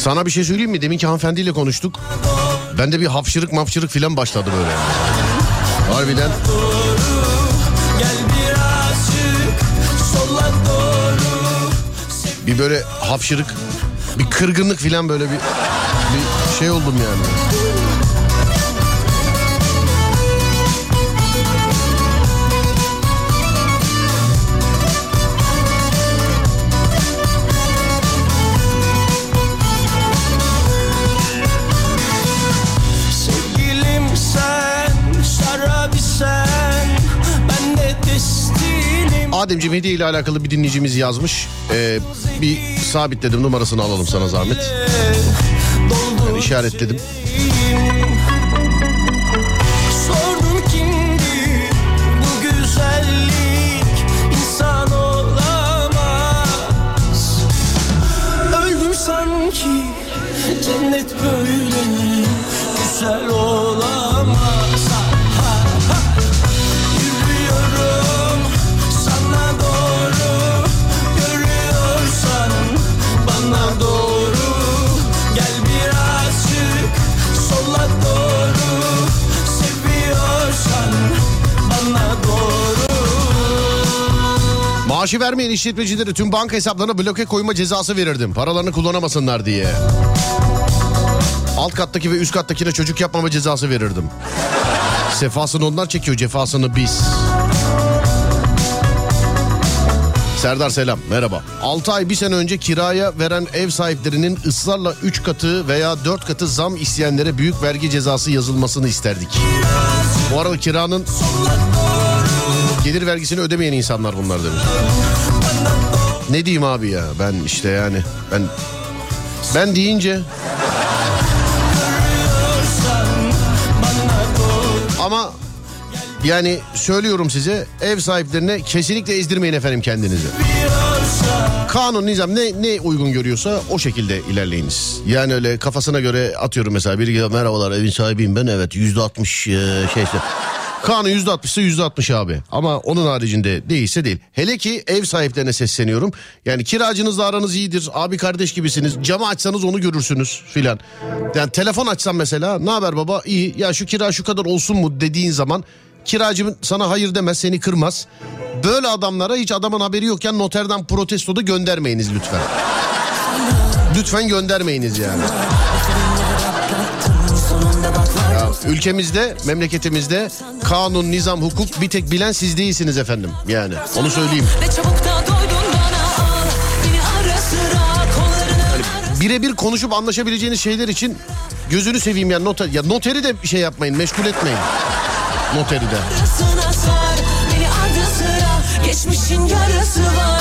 Sana bir şey söyleyeyim mi? Deminki hanımefendiyle konuştuk. Bende bir hapşırık filan başladı böyle. Harbiden. Bir böyle hapşırık, bir kırgınlık filan böyle bir şey oldum yani. Ademciğim, hediye ile alakalı bir dinleyicimiz yazmış. Bir sabitledim, numarasını alalım sana zahmet. Yani işaretledim. Sordum kimdi bu güzellik, insan olamaz. Öldüm sanki, cennet böyle güzel olamaz. Maaşı vermeyen işletmecilere tüm banka hesaplarına bloke koyma cezası verirdim. Paralarını kullanamasınlar diye. Alt kattaki ve üst kattakine çocuk yapmama cezası verirdim. Sefasını onlar çekiyor, cefasını biz. Serdar selam, merhaba. 6 ay 1 sene önce kiraya veren ev sahiplerinin ısrarla 3 katı veya 4 katı zam isteyenlere büyük vergi cezası yazılmasını isterdik. Bu arada kiranın gelir vergisini ödemeyen insanlar bunlar demiş. Ne diyeyim abi ya, ben işte yani ben deyince ama yani söylüyorum size, ev sahiplerine kesinlikle ezdirmeyin efendim kendinizi. Kanun, nizam ne uygun görüyorsa o şekilde ilerleyiniz. Yani öyle kafasına göre, atıyorum mesela biri geliyor, merhabalar evin sahibiyim ben, evet %60 şeyse. Kanun %60'sı %60 abi. Ama onun haricinde değilse değil. Hele ki ev sahiplerine sesleniyorum. Yani kiracınızla aranız iyidir. Abi kardeş gibisiniz. Camı açsanız onu görürsünüz filan. Yani telefon açsam mesela, ne haber baba, iyi, ya şu kira şu kadar olsun mu dediğin zaman kiracım sana hayır demez, seni kırmaz. Böyle adamlara hiç adamın haberi yokken noterden protesto da göndermeyiniz lütfen. Lütfen göndermeyiniz yani. Ya, ülkemizde, memleketimizde kanun, nizam, hukuk bir tek bilen siz değilsiniz efendim. Yani onu söyleyeyim. Yani birebir konuşup anlaşabileceğiniz şeyler için gözünü seveyim yani noteri de bir şey yapmayın, meşgul etmeyin. Noteri de. Geçmişin yarası var.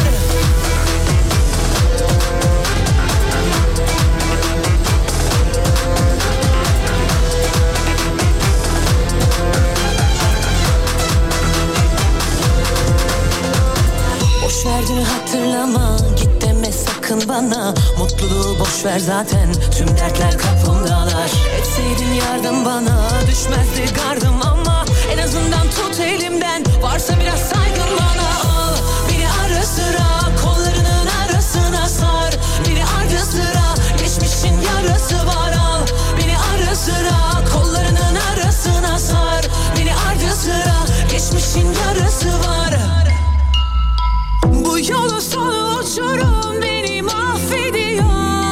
Boş verdiğini hatırlama, git deme sakın bana. Mutluluğu boş ver, zaten tüm dertler kapımdalar. Etseydin yardım bana, düşmezdi gardım ama en azından tut elimden, varsa biraz saygın bana. Al beni ara sıra, kollarının arasına sar. Beni ara sıra, geçmişin yarası var. Al beni ara sıra, kollarının arasına sar. Beni ara sıra, geçmişin yarası var. Bu yolun sonu uçurum beni mahvediyor.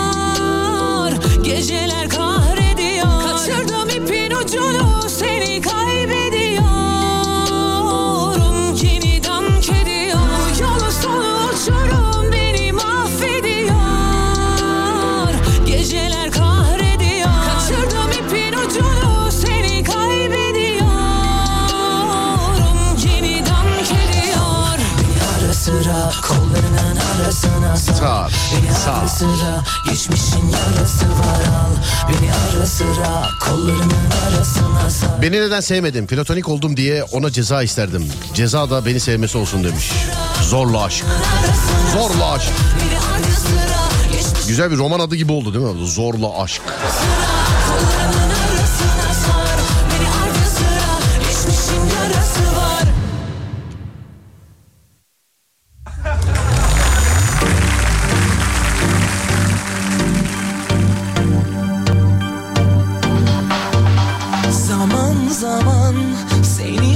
Geceler kahrediyor. Kaçırdım ipin ucunu, seni kaybediyorum. Yeni dank ediyor. Bu yolun sonu uçurum beni mahvediyor. Geceler kahrediyor. Kaçırdım ipin ucunu, seni kaybediyorum. Yeni dank ediyor. Beni ara sıra, kollarının arasına sar. Beni ara sıra, geçmişin yarası var. Al beni ara sıra, kollarının arasına sar. Beni neden sevmedin? Platonik oldum diye ona ceza isterdim. Ceza da beni sevmesi olsun demiş. Zorla aşk. Zorla aşk. Güzel bir roman adı gibi oldu değil mi? Zorla aşk.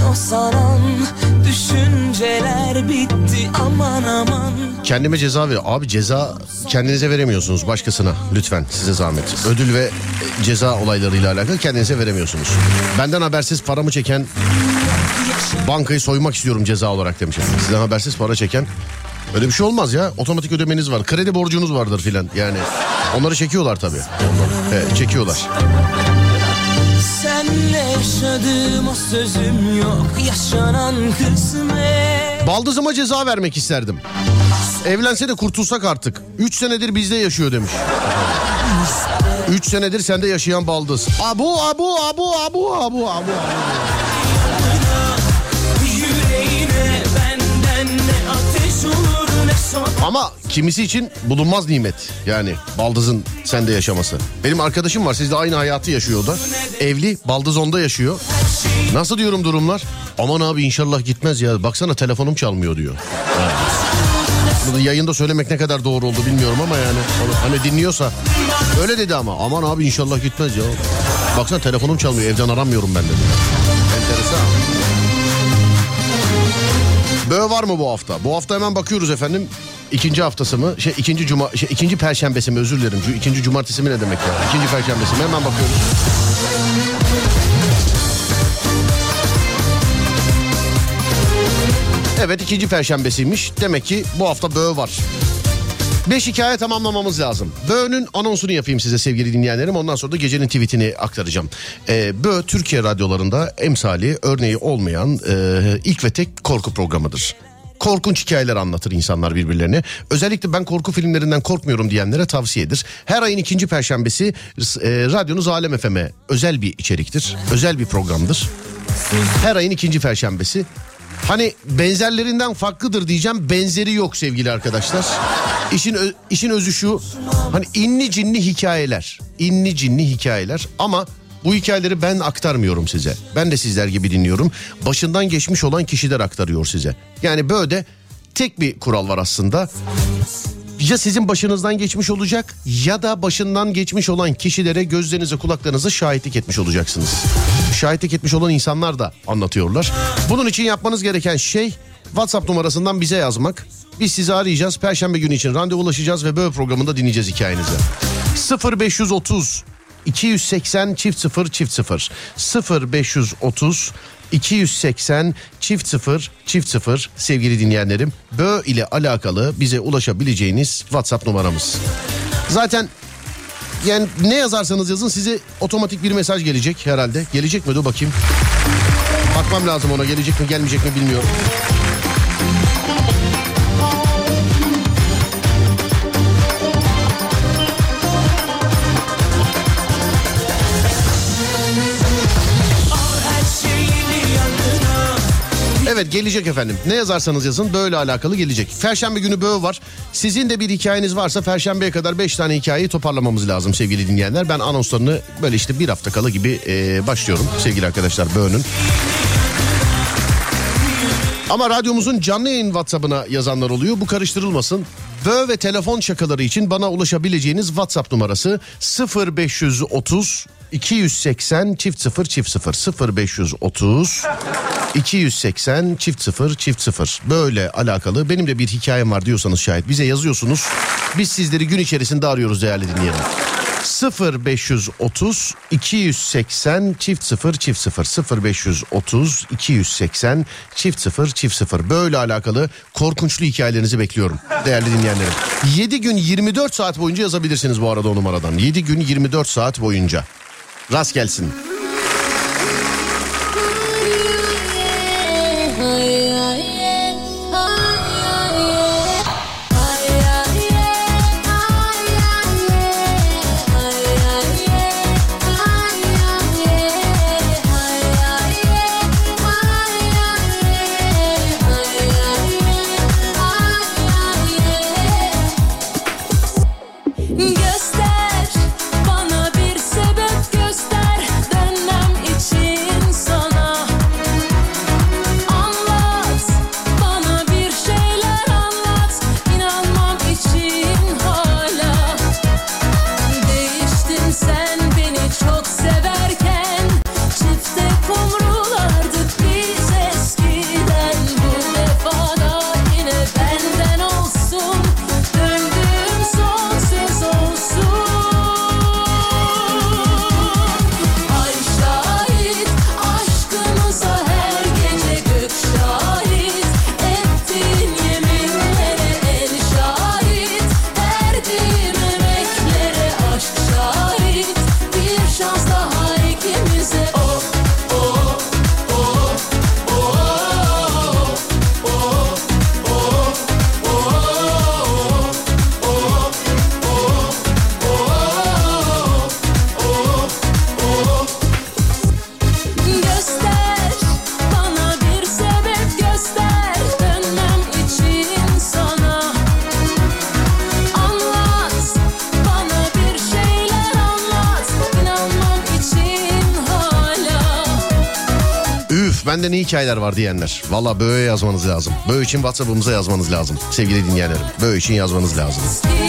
o sanan düşünceler bitti aman aman. Kendime ceza ver. Abi ceza kendinize veremiyorsunuz, başkasına lütfen, size zahmet. Ödül ve ceza olaylarıyla alakalı kendinize veremiyorsunuz. Benden habersiz paramı çeken, bankayı soymak istiyorum ceza olarak demişim. Sizden habersiz para çeken, öyle bir şey olmaz ya. Otomatik ödemeniz var, kredi borcunuz vardır filan. Yani onları çekiyorlar tabii. Evet, çekiyorlar. Senle yaşadığım o sözüm yok, yaşanan kısmet. Baldızıma ceza vermek isterdim. Evlense de kurtulsak artık. 3 senedir bizde yaşıyor demiş. 3 senedir sende yaşayan baldız. Abu. Yüreğine benden ne ateş olur ne son. Ama kimisi için bulunmaz nimet. Yani baldızın sende yaşaması. Benim arkadaşım var, sizde aynı hayatı yaşıyor o da. Evli, baldız onda yaşıyor. Nasıl diyorum durumlar? Aman abi inşallah gitmez ya. Baksana telefonum çalmıyor diyor. Yani. Bunu yayında söylemek ne kadar doğru oldu bilmiyorum ama yani. Hani dinliyorsa. Öyle dedi ama. Aman abi inşallah gitmez ya. Baksana telefonum çalmıyor, evden aramıyorum ben dedi. Enteresan. Böğ var mı bu hafta? Bu hafta hemen bakıyoruz efendim. İkinci haftası mı? İkinci perşembesi mi, özür dilerim. İkinci cumartesi mi ne demek ya? İkinci perşembesi mi? Hemen bakıyoruz. Evet, ikinci perşembesiymiş. Demek ki bu hafta böğ var. 5 hikaye tamamlamamız lazım. Böğ'ün anonsunu yapayım size sevgili dinleyenlerim. Ondan sonra da gecenin tweetini aktaracağım. Böğ Türkiye radyolarında emsali, örneği olmayan ilk ve tek korku programıdır. Korkunç hikayeler anlatır insanlar birbirlerine. Özellikle ben korku filmlerinden korkmuyorum diyenlere tavsiyedir. Her ayın ikinci perşembesi radyonuz Alem FM'e özel bir içeriktir. Özel bir programdır. Her ayın ikinci perşembesi. Hani benzerlerinden farklıdır diyeceğim, benzeri yok sevgili arkadaşlar. İşin özü şu, hani inli cinli hikayeler ama bu hikayeleri ben aktarmıyorum size. Ben de sizler gibi dinliyorum. Başından geçmiş olan kişiler aktarıyor size. Yani böyle tek bir kural var aslında. Ya sizin başınızdan geçmiş olacak ya da başından geçmiş olan kişilere gözlerinize kulaklarınıza şahitlik etmiş olacaksınız. Şahitlik etmiş olan insanlar da anlatıyorlar. Bunun için yapmanız gereken şey WhatsApp numarasından bize yazmak. Biz sizi arayacağız. Perşembe günü için randevulaşacağız ve böyle programında dinleyeceğiz hikayenizi. 0530 280 00 00 0530 280 00 sevgili dinleyenlerim. Bö ile alakalı bize ulaşabileceğiniz WhatsApp numaramız. Zaten yani ne yazarsanız yazın size otomatik bir mesaj gelecek herhalde. Gelecek mi? Dur bakayım. Bakmam lazım ona, gelecek mi gelmeyecek mi bilmiyorum. Evet, gelecek efendim. Ne yazarsanız yazın böyle alakalı gelecek. Perşembe günü böğ var. Sizin de bir hikayeniz varsa Perşembeye kadar 5 tane hikayeyi toparlamamız lazım sevgili dinleyenler. Ben anonslarını böyle işte bir hafta kala gibi başlıyorum sevgili arkadaşlar böğünün. Ama radyomuzun canlı yayın WhatsApp'ına yazanlar oluyor. Bu karıştırılmasın. Böğ ve telefon şakaları için bana ulaşabileceğiniz WhatsApp numarası 0530 280 00 0530 280 00 böyle alakalı benim de bir hikayem var diyorsanız şayet bize yazıyorsunuz. Biz sizleri gün içerisinde arıyoruz değerli dinleyenler. 0530 280 00 0530 280 00 böyle alakalı korkunçlu hikayelerinizi bekliyorum değerli dinleyenlerim. 7 gün 24 saat boyunca yazabilirsiniz bu arada o numaradan. 7 gün 24 saat boyunca. Rast gelsin. Göster bana bir sebep, göster. bende ne hikayeler var diyenler. Valla böyle yazmanız lazım. Böyle için WhatsApp'ımıza yazmanız lazım. Sevgili dinleyenlerim. Böyle için yazmanız lazım.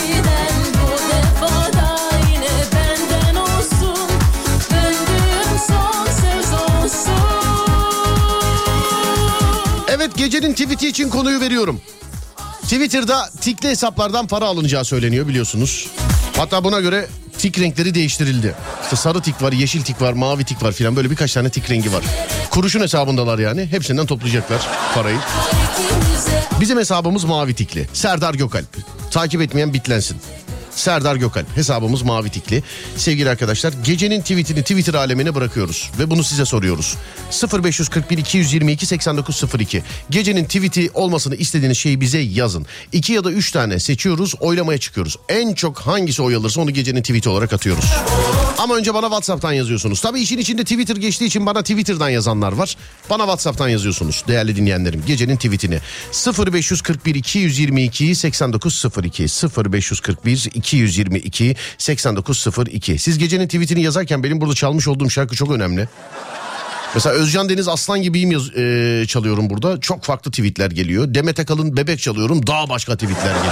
Evet, gecenin tweet'i için konuyu veriyorum. Twitter'da tikli hesaplardan para alınacağı söyleniyor biliyorsunuz. Hatta buna göre tik renkleri değiştirildi. İşte sarı tik var, yeşil tik var, mavi tik var filan, böyle birkaç tane tik rengi var. Kuruşun hesabındalar yani. Hepsinden toplayacaklar parayı. Bizim hesabımız mavi tikli. Serdar Gökalp. Takip etmeyen bitlensin. Serdar Gökalp. Hesabımız mavi tikli. Sevgili arkadaşlar, gecenin tweetini Twitter alemine bırakıyoruz. Ve bunu size soruyoruz. 0541 222 8902. Gecenin tweeti olmasını istediğiniz şeyi bize yazın. 2 ya da 3 tane seçiyoruz. Oylamaya çıkıyoruz. En çok hangisi oy alırsa onu gecenin tweeti olarak atıyoruz. Ama önce bana WhatsApp'tan yazıyorsunuz. Tabii işin içinde Twitter geçtiği için bana Twitter'dan yazanlar var. Bana WhatsApp'tan yazıyorsunuz değerli dinleyenlerim. Gecenin tweetini 0541 222 8902 0541 222 8902. Siz gecenin tweetini yazarken benim burada çalmış olduğum şarkı çok önemli. Mesela Özcan Deniz Aslan Gibiyim çalıyorum burada. Çok farklı tweetler geliyor. Demet Akalın Bebek çalıyorum. Daha başka tweetler geliyor.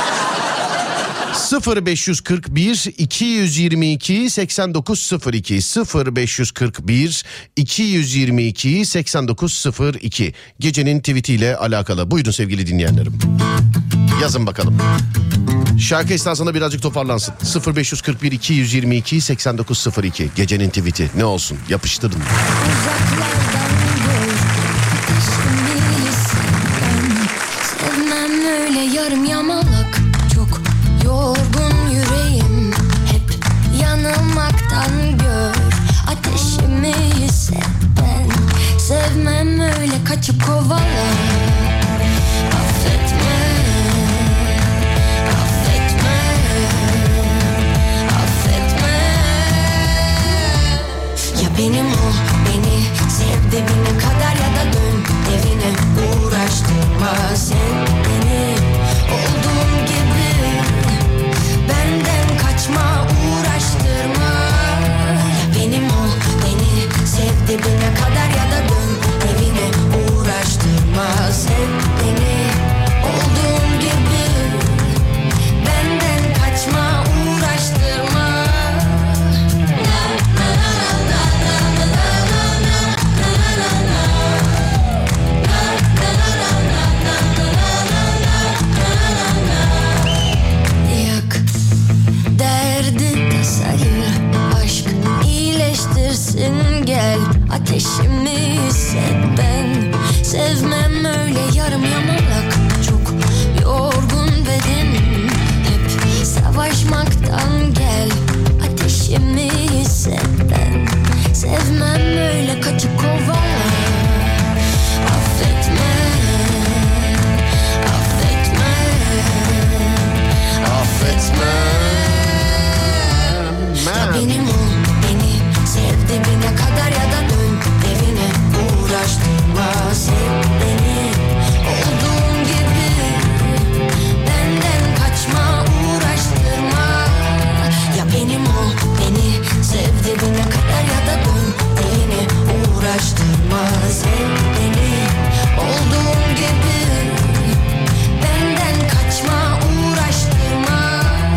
0541 222 8902 0541 222 8902 gecenin tweetiyle alakalı. Buyurun sevgili dinleyenlerim. Yazın bakalım. Şarkı esnasında birazcık toparlansın. 0541 222 8902 gecenin tweeti ne olsun, yapıştırın. Sevmem öyle yarım yamalak, çok yorgun yüreğim, hep yanılmaktan gör ateşimi hisset. Ben sevmem öyle kaçıp kovala. Affetme, affetme, affetme. Ya benim ol, beni sev dibine kadar ya da dön evine, uğraştırma sen beni olduğum gibi. Benden kaçma, uğraştırma. Ya benim ol, beni sev dibine kadar ya da dön evine, uğraştırma sen beni olduğum gibi. Benden kaçma, uğraştırma. Yak derdi tasayı, aşk iyileştirsin gel. Ateşimi hisset, ben sevmem öyle yarım yamalak. Çok yorgun bedenim, hep savaşmaktan gel. Ateşimi hisset, ben sevmem öyle kaçıp kovala. Affetme, affetme, affetme. Ya benim ol, beni sev dibine kadar ya da dön evine, uğraştırma sen beni olduğum gibi. Benden kaçma, uğraştırma. Ya benim ol, beni sev dibine kadar ya da dön evine, uğraştırma sen beni olduğum gibi. Benden kaçma, uğraştırma.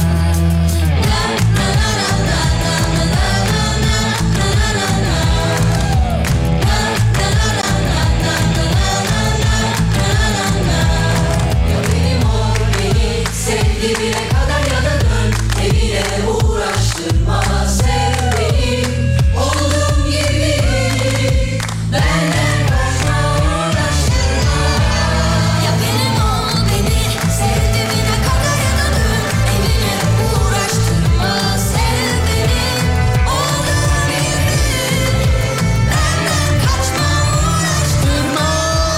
Dibine kadar ya da dön evine, uğraştırma sen benim olduğum gibi. Benden kaçma, uğraştırma. Ya benim ol, beni sev dibine kadar ya da dön evine, uğraştırma sen beni olduğum gibi. Benden kaçma, uğraştırma.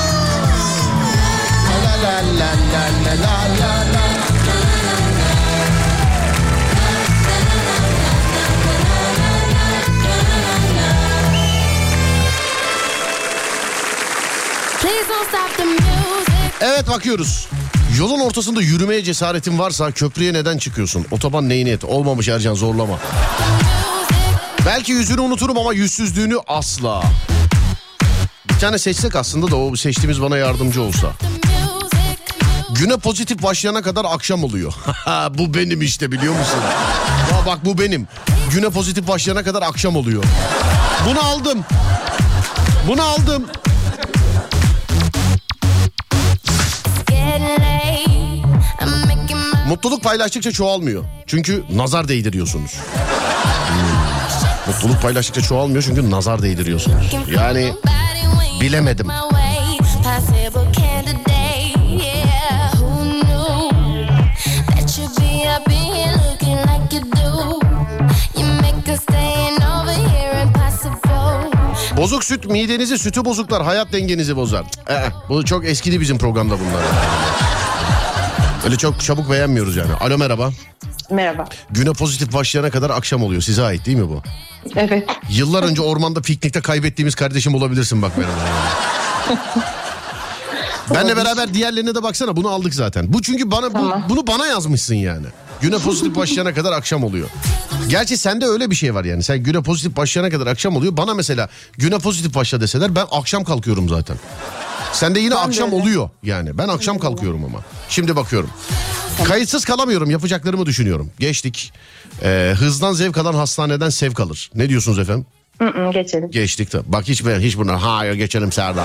La la la la la la la. Evet, bakıyoruz. Yolun ortasında yürümeye cesaretin varsa köprüye neden çıkıyorsun? Otoban neyine et? Olmamış Ercan, zorlama. Belki yüzünü unuturum ama yüzsüzlüğünü asla. Bir tane seçsek aslında da o seçtiğimiz bana yardımcı olsa. Güne pozitif başlayana kadar akşam oluyor. Bu benim işte, biliyor musun? Bak bu benim. Güne pozitif başlayana kadar akşam oluyor. Bunu aldım. Bunu aldım. Mutluluk paylaştıkça çoğalmıyor. Çünkü nazar değdiriyorsunuz. Mutluluk paylaştıkça çoğalmıyor çünkü nazar değdiriyorsunuz. Yani bilemedim. Bozuk süt midenizi, sütü bozuklar, hayat dengenizi bozar. Bu çok eskidi bizim programda bunlar. Öyle çok çabuk beğenmiyoruz yani. Alo, merhaba. Merhaba. Güne pozitif başlayana kadar akşam oluyor. Size ait değil mi bu? Evet. Yıllar önce ormanda piknikte kaybettiğimiz kardeşim olabilirsin bak benim. Benle beraber diğerlerine de baksana, bunu aldık zaten. Bu çünkü bana tamam. Bunu bana yazmışsın yani. Güne pozitif başlayana kadar akşam oluyor. Gerçi sende öyle bir şey var yani. Sen güne pozitif başlayana kadar akşam oluyor. Bana mesela güne pozitif başla deseler ben akşam kalkıyorum zaten. Sende yine ben akşam oluyor yani. Ben akşam kalkıyorum ama. Şimdi bakıyorum. Kayıtsız kalamıyorum. Yapacaklarımı düşünüyorum. Geçtik. Hızdan zevk alan hastaneden sevk alır. Ne diyorsunuz efendim? Geçelim. Geçtik de. Bak hiç bunlar. Hayır geçelim Serdar.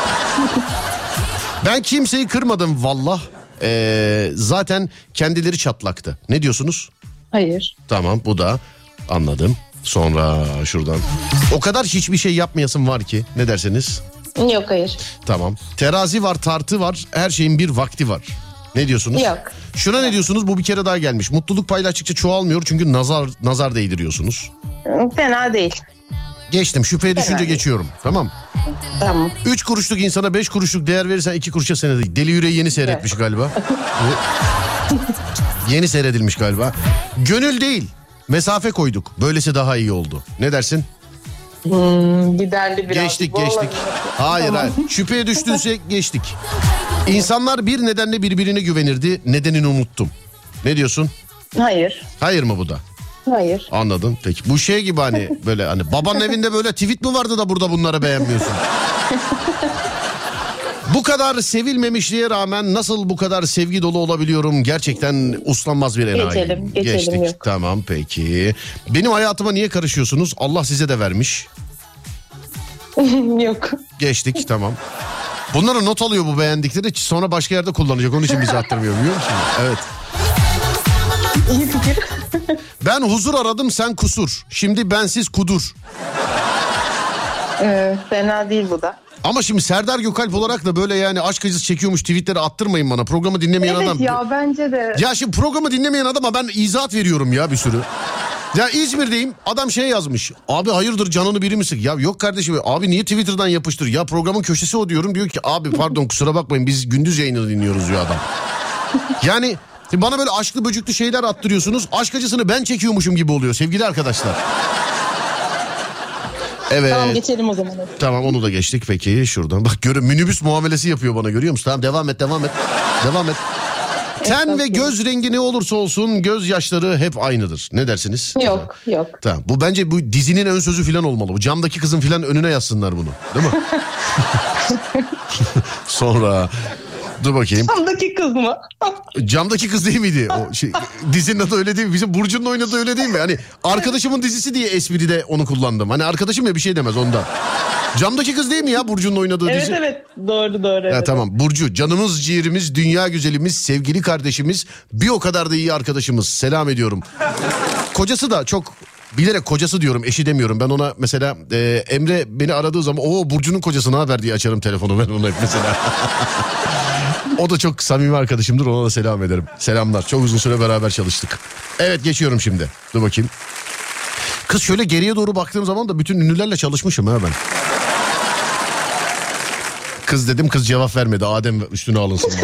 Ben kimseyi kırmadım vallah. Zaten kendileri çatlaktı. Ne diyorsunuz? Hayır. Tamam, bu da anladım. Sonra şuradan. O kadar hiçbir şey yapmayasın var ki. Ne dersiniz? Yok, hayır. Tamam. Terazi var, tartı var. Her şeyin bir vakti var. Ne diyorsunuz? Yok. Şuna ne diyorsunuz? Bu bir kere daha gelmiş. Mutluluk paylaştıkça çoğalmıyor çünkü nazar değdiriyorsunuz. Fena değil. Geçtim. Şüpheye düşünce geçiyorum. Tamam. Tamam. 3 kuruşluk insana 5 kuruşluk değer verirsen 2 kuruşa senede. Deli Yüreği yeni seyretmiş galiba. Yeni seyredilmiş galiba. Gönül değil. Mesafe koyduk. Böylesi daha iyi oldu. Ne dersin? Giderli biraz. Geçtik. Hayır tamam. hayır. Şüpheye düştünse geçtik. İnsanlar bir nedenle birbirine güvenirdi. Nedenini unuttum. Ne diyorsun? Hayır. Hayır mı bu da? Hayır. Anladım. Peki bu şey gibi hani böyle hani babanın evinde böyle tweet mi vardı da burada bunları beğenmiyorsun? Bu kadar sevilmemişliğe rağmen nasıl bu kadar sevgi dolu olabiliyorum? Gerçekten uslanmaz bir enayi. Geçelim Geçtik. Yok. Tamam peki. Benim hayatıma niye karışıyorsunuz? Allah size de vermiş. Yok. Geçtik tamam. Bunları not alıyor bu beğendikleri, sonra başka yerde kullanacak. Onun için bizi attırmıyor, biliyor musun? Evet. İyi fikir. Ben huzur aradım, sen kusur. Şimdi bensiz kudur. Fena değil bu da. Ama şimdi Serdar Gökalp olarak da böyle yani aşk acısı çekiyormuş tweetleri attırmayın bana. Programı dinlemeyen adam. Evet ya, bence de. Ya şimdi programı dinlemeyen adama ben izahat veriyorum ya bir sürü. Ya İzmir'deyim, adam şey yazmış. Abi hayırdır, canını biri mi sık? Ya yok kardeşim, abi niye Twitter'dan yapıştır? Ya programın köşesi o diyorum. Diyor ki abi pardon kusura bakmayın biz gündüz yayını dinliyoruz diyor adam. Yani bana böyle aşklı böcüklü şeyler attırıyorsunuz. Aşk acısını ben çekiyormuşum gibi oluyor sevgili arkadaşlar. Evet. Tamam geçelim o zaman. Tamam onu da geçtik peki şuradan. Bak minibüs muamelesi yapıyor bana, görüyor musun? Tamam devam et. Ten ve göz rengi ne olursa olsun gözyaşları hep aynıdır. Ne dersiniz? Yok. Tamam. Bu bence bu dizinin ön sözü falan olmalı. Bu camdaki kızın falan önüne yazsınlar bunu. Değil mi? Sonra dur bakayım. Camdaki kız mı? Camdaki kız değil miydi? O dizinin adı öyle değil mi? Bizim Burcu'nun oynadığı öyle değil mi? Hani arkadaşımın dizisi diye espride onu kullandım. Hani arkadaşım ya bir şey demez ondan. Camdaki kız değil mi ya Burcu'nun oynadığı dizi? Evet doğru. Evet. Tamam Burcu, canımız ciğerimiz, dünya güzelimiz, sevgili kardeşimiz, bir o kadar da iyi arkadaşımız. Selam ediyorum. Kocası da çok, bilerek kocası diyorum, eşi demiyorum. Ben ona mesela Emre beni aradığı zaman o Burcu'nun kocası ne haber diye açarım telefonu ben ona hep mesela. O da çok samimi arkadaşımdır, ona da selam ederim. Selamlar, çok uzun süre beraber çalıştık. Evet geçiyorum şimdi, dur bakayım. Kız şöyle geriye doğru baktığım zaman da bütün ünlülerle çalışmışım ha ben. Kız dedim, kız cevap vermedi. Adem üstüne alınsın.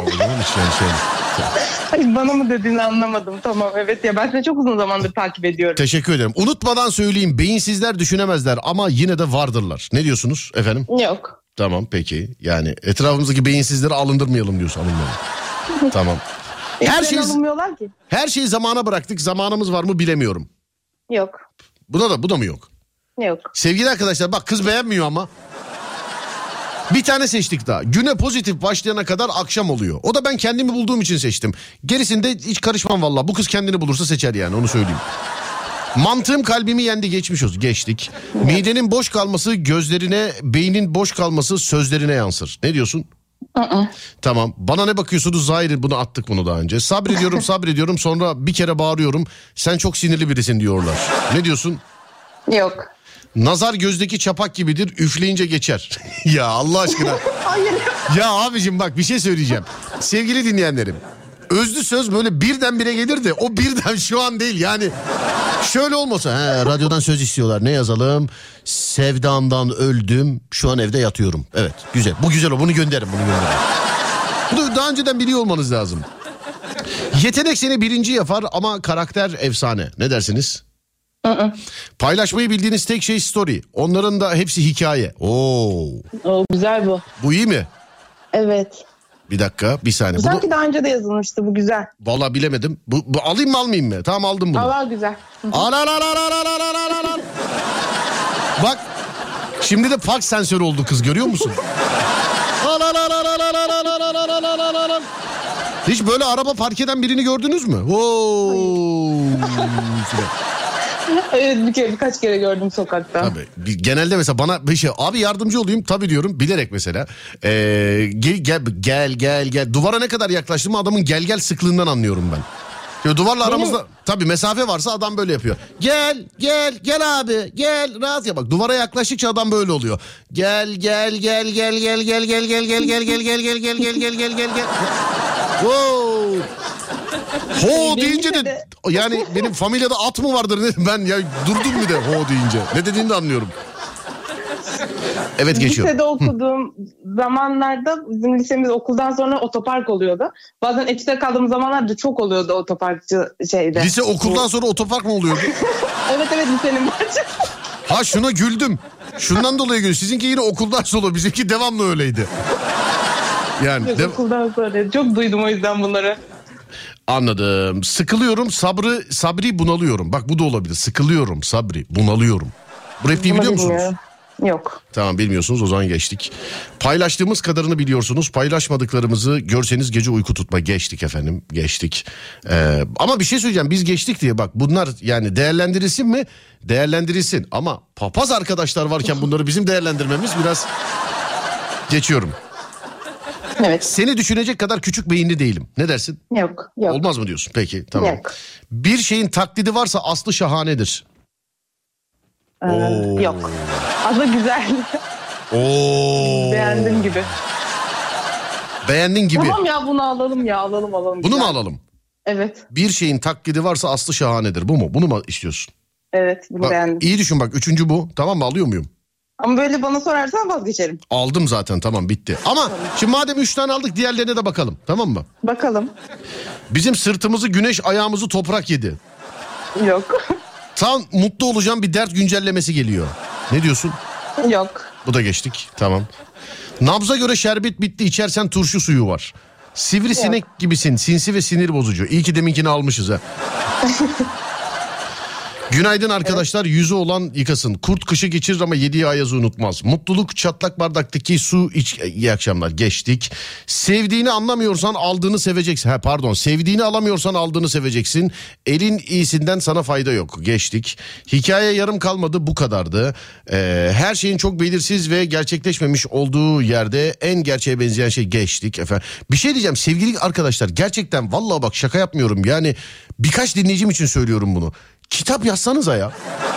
Ay, bana mı dediğini anlamadım. Tamam evet ya, ben seni çok uzun zamandır takip ediyorum. Teşekkür ederim. Unutmadan söyleyeyim, beyinsizler düşünemezler ama yine de vardırlar. Ne diyorsunuz efendim? Yok. Tamam peki, yani etrafımızdaki beyinsizleri alındırmayalım diyorsun, alınmayalım. Tamam. Alınmıyorlar ki. Her şeyi zamana bıraktık. Zamanımız var mı bilemiyorum. Yok. Bu da mı yok? Yok. Sevgili arkadaşlar bak, kız beğenmiyor ama. Bir tane seçtik daha. Güne pozitif başlayana kadar akşam oluyor. O da ben kendimi bulduğum için seçtim. Gerisinde hiç karışmam vallahi. Bu kız kendini bulursa seçer yani, onu söyleyeyim. Mantığım kalbimi yendi, geçmiş olsun. Geçtik. Midenin boş kalması gözlerine, beynin boş kalması sözlerine yansır. Ne diyorsun? Tamam. Bana ne bakıyorsunuz? Zahir, bunu attık bunu daha önce. Sabrediyorum sonra bir kere bağırıyorum. Sen çok sinirli birisin diyorlar. Ne diyorsun? Yok. Nazar gözdeki çapak gibidir, üfleyince geçer. Ya Allah aşkına. Hayır. Ya abicim bak bir şey söyleyeceğim. Sevgili dinleyenlerim. Özlü söz böyle birdenbire gelir de o birden şu an değil yani. Şöyle olmasa, radyodan söz istiyorlar, ne yazalım? Sevdamdan öldüm, şu an evde yatıyorum. Evet, güzel, bu güzel, bunu gönderin. Bunu daha önceden biliyor olmanız lazım. Yetenek seni birinci yapar ama karakter efsane. Ne dersiniz? Paylaşmayı bildiğiniz tek şey story. Onların da hepsi hikaye. Oo, güzel bu. bu iyi mi? Evet. Bir dakika, bir saniye. Sanki daha önce de yazılmıştı, bu güzel. Vallahi bilemedim. Bu alayım mı almayayım mı? Tamam, aldım bunu. Allah güzel. Al. Bak şimdi de park sensörü oldu kız, görüyor musun? Hiç böyle araba park eden birini gördünüz mü? Evet, birkaç kere gördüm sokakta. Tabii. Genelde mesela bana bir şey, abi yardımcı olayım, tabii diyorum, bilerek mesela. Gel. Duvara ne kadar yaklaştığımı adamın gel sıklığından anlıyorum ben. Şöyle duvarla aramızda tabii mesafe varsa adam böyle yapıyor. Gel abi, gel rahat ya, bak duvara yaklaştıkça adam böyle oluyor. Gel. Wow. Ho deyince de yani benim familyada at mı vardır ne? Ben ya durdum bir de ho deyince. Ne dediğini de anlıyorum. Evet, geçiyorum. Lisede okuduğum zamanlarda bizim lisemiz okuldan sonra otopark oluyordu. Bazen Etüt'te kaldığım zamanlarda çok oluyordu otoparkçı şeyde. Lise okuldan sonra otopark mı oluyordu? Evet lisenin bahçesi. Ha, şuna güldüm. Şundan dolayı güldüm. Sizinki yine okuldan sonra, bizimki devamlı öyleydi. Yani okuldan sonra çok duydum o yüzden bunları. Anladım. Sıkılıyorum, sabri bunalıyorum. Bak bu da olabilir. Sıkılıyorum, sabri bunalıyorum. Bu repliği biliyor musunuz? Yok. Tamam, bilmiyorsunuz, o zaman geçtik. Paylaştığımız kadarını biliyorsunuz. Paylaşmadıklarımızı görseniz gece uyku tutma. Geçtik efendim, geçtik. Ama bir şey söyleyeceğim, biz geçtik diye bak bunlar yani değerlendirilsin mi? Değerlendirilsin. Ama papaz arkadaşlar varken bunları bizim değerlendirmemiz biraz... Geçiyorum. Evet. Seni düşünecek kadar küçük beyinli değilim. Ne dersin? Yok. Olmaz mı diyorsun? Peki, tamam. Yok. Bir şeyin taklidi varsa aslı şahanedir. Yok. Adı güzel. Beğendim gibi. Beğendin gibi. Tamam ya, bunu alalım. Bunu güzel. mu alalım? Evet. Bir şeyin taklidi varsa aslı şahanedir. Bu mu? Bunu mu istiyorsun? Evet, bunu Bak, beğendim. İyi düşün bak, 3. bu. Tamam mı, alıyor muyum? Ama böyle bana sorarsan vazgeçerim. Aldım zaten, tamam, bitti. Ama şimdi madem 3 tane aldık, diğerlerine de bakalım, tamam mı? Bakalım. Bizim sırtımızı güneş, ayağımızı toprak yedi. Yok. Tam mutlu olacağım bir dert güncellemesi geliyor. Ne diyorsun? Yok. Bu da geçtik, tamam. Nabza göre şerbet bitti, içersen turşu suyu var. Sivrisinek gibisin, sinsi ve sinir bozucu. İyi ki deminkini almışız ha. Günaydın arkadaşlar, yüzü olan yıkasın. Kurt kışı geçirir ama yediği ayazı unutmaz. Mutluluk çatlak bardaktaki su iç. İyi akşamlar, geçtik. Sevdiğini anlamıyorsan aldığını seveceksin. Sevdiğini alamıyorsan aldığını seveceksin. Elin iyisinden sana fayda yok. Geçtik. Hikaye yarım kalmadı, bu kadardı. Her şeyin çok belirsiz ve gerçekleşmemiş olduğu yerde en gerçeğe benzeyen şey, geçtik efendim. Bir şey diyeceğim sevgili arkadaşlar, gerçekten vallahi bak şaka yapmıyorum. Yani birkaç dinleyicim için söylüyorum bunu. Kitap yazsanıza ya.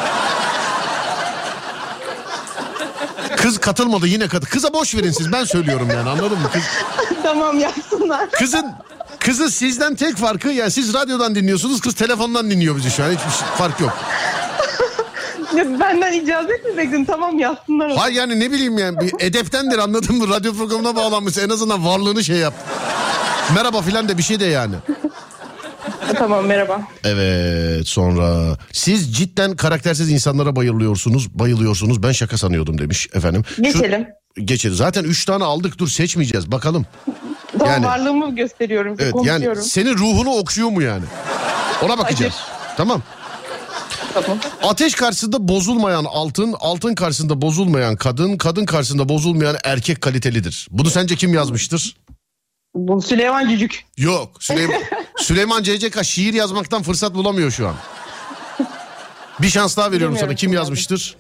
Kız katılmadı yine Kıza boş verin siz, ben söylüyorum yani, anladın mı? Tamam, yazsınlar. Kızın sizden tek farkı, yani siz radyodan dinliyorsunuz, kız telefondan dinliyor bizi şu an, hiçbir fark yok. Benden icazet mi bekledin? Tamam, yazsınlar. Hayır yani ne bileyim yani, bir edeptendir, anladın mı? Radyo programına bağlanmış, en azından varlığını şey yap. Merhaba filan de bir şey de yani. Tamam, merhaba. Evet, sonra siz cidden karaktersiz insanlara bayılıyorsunuz. Ben şaka sanıyordum demiş efendim. Geçelim. Zaten 3 tane aldık, dur seçmeyeceğiz bakalım. Tamam, yani, varlığımı gösteriyorum. Evet, konuşuyorum. yani senin ruhunu okşuyor mu yani? Ona bakacağız. Tamam. Tamam. Ateş karşısında bozulmayan altın, altın karşısında bozulmayan kadın, kadın karşısında bozulmayan erkek kalitelidir. Bunu sence kim yazmıştır? Bu Süleyman Cücük. Yok. Süleyman CCK şiir yazmaktan fırsat bulamıyor şu an. Bir şans daha veriyorum sana. Kim yazmıştır?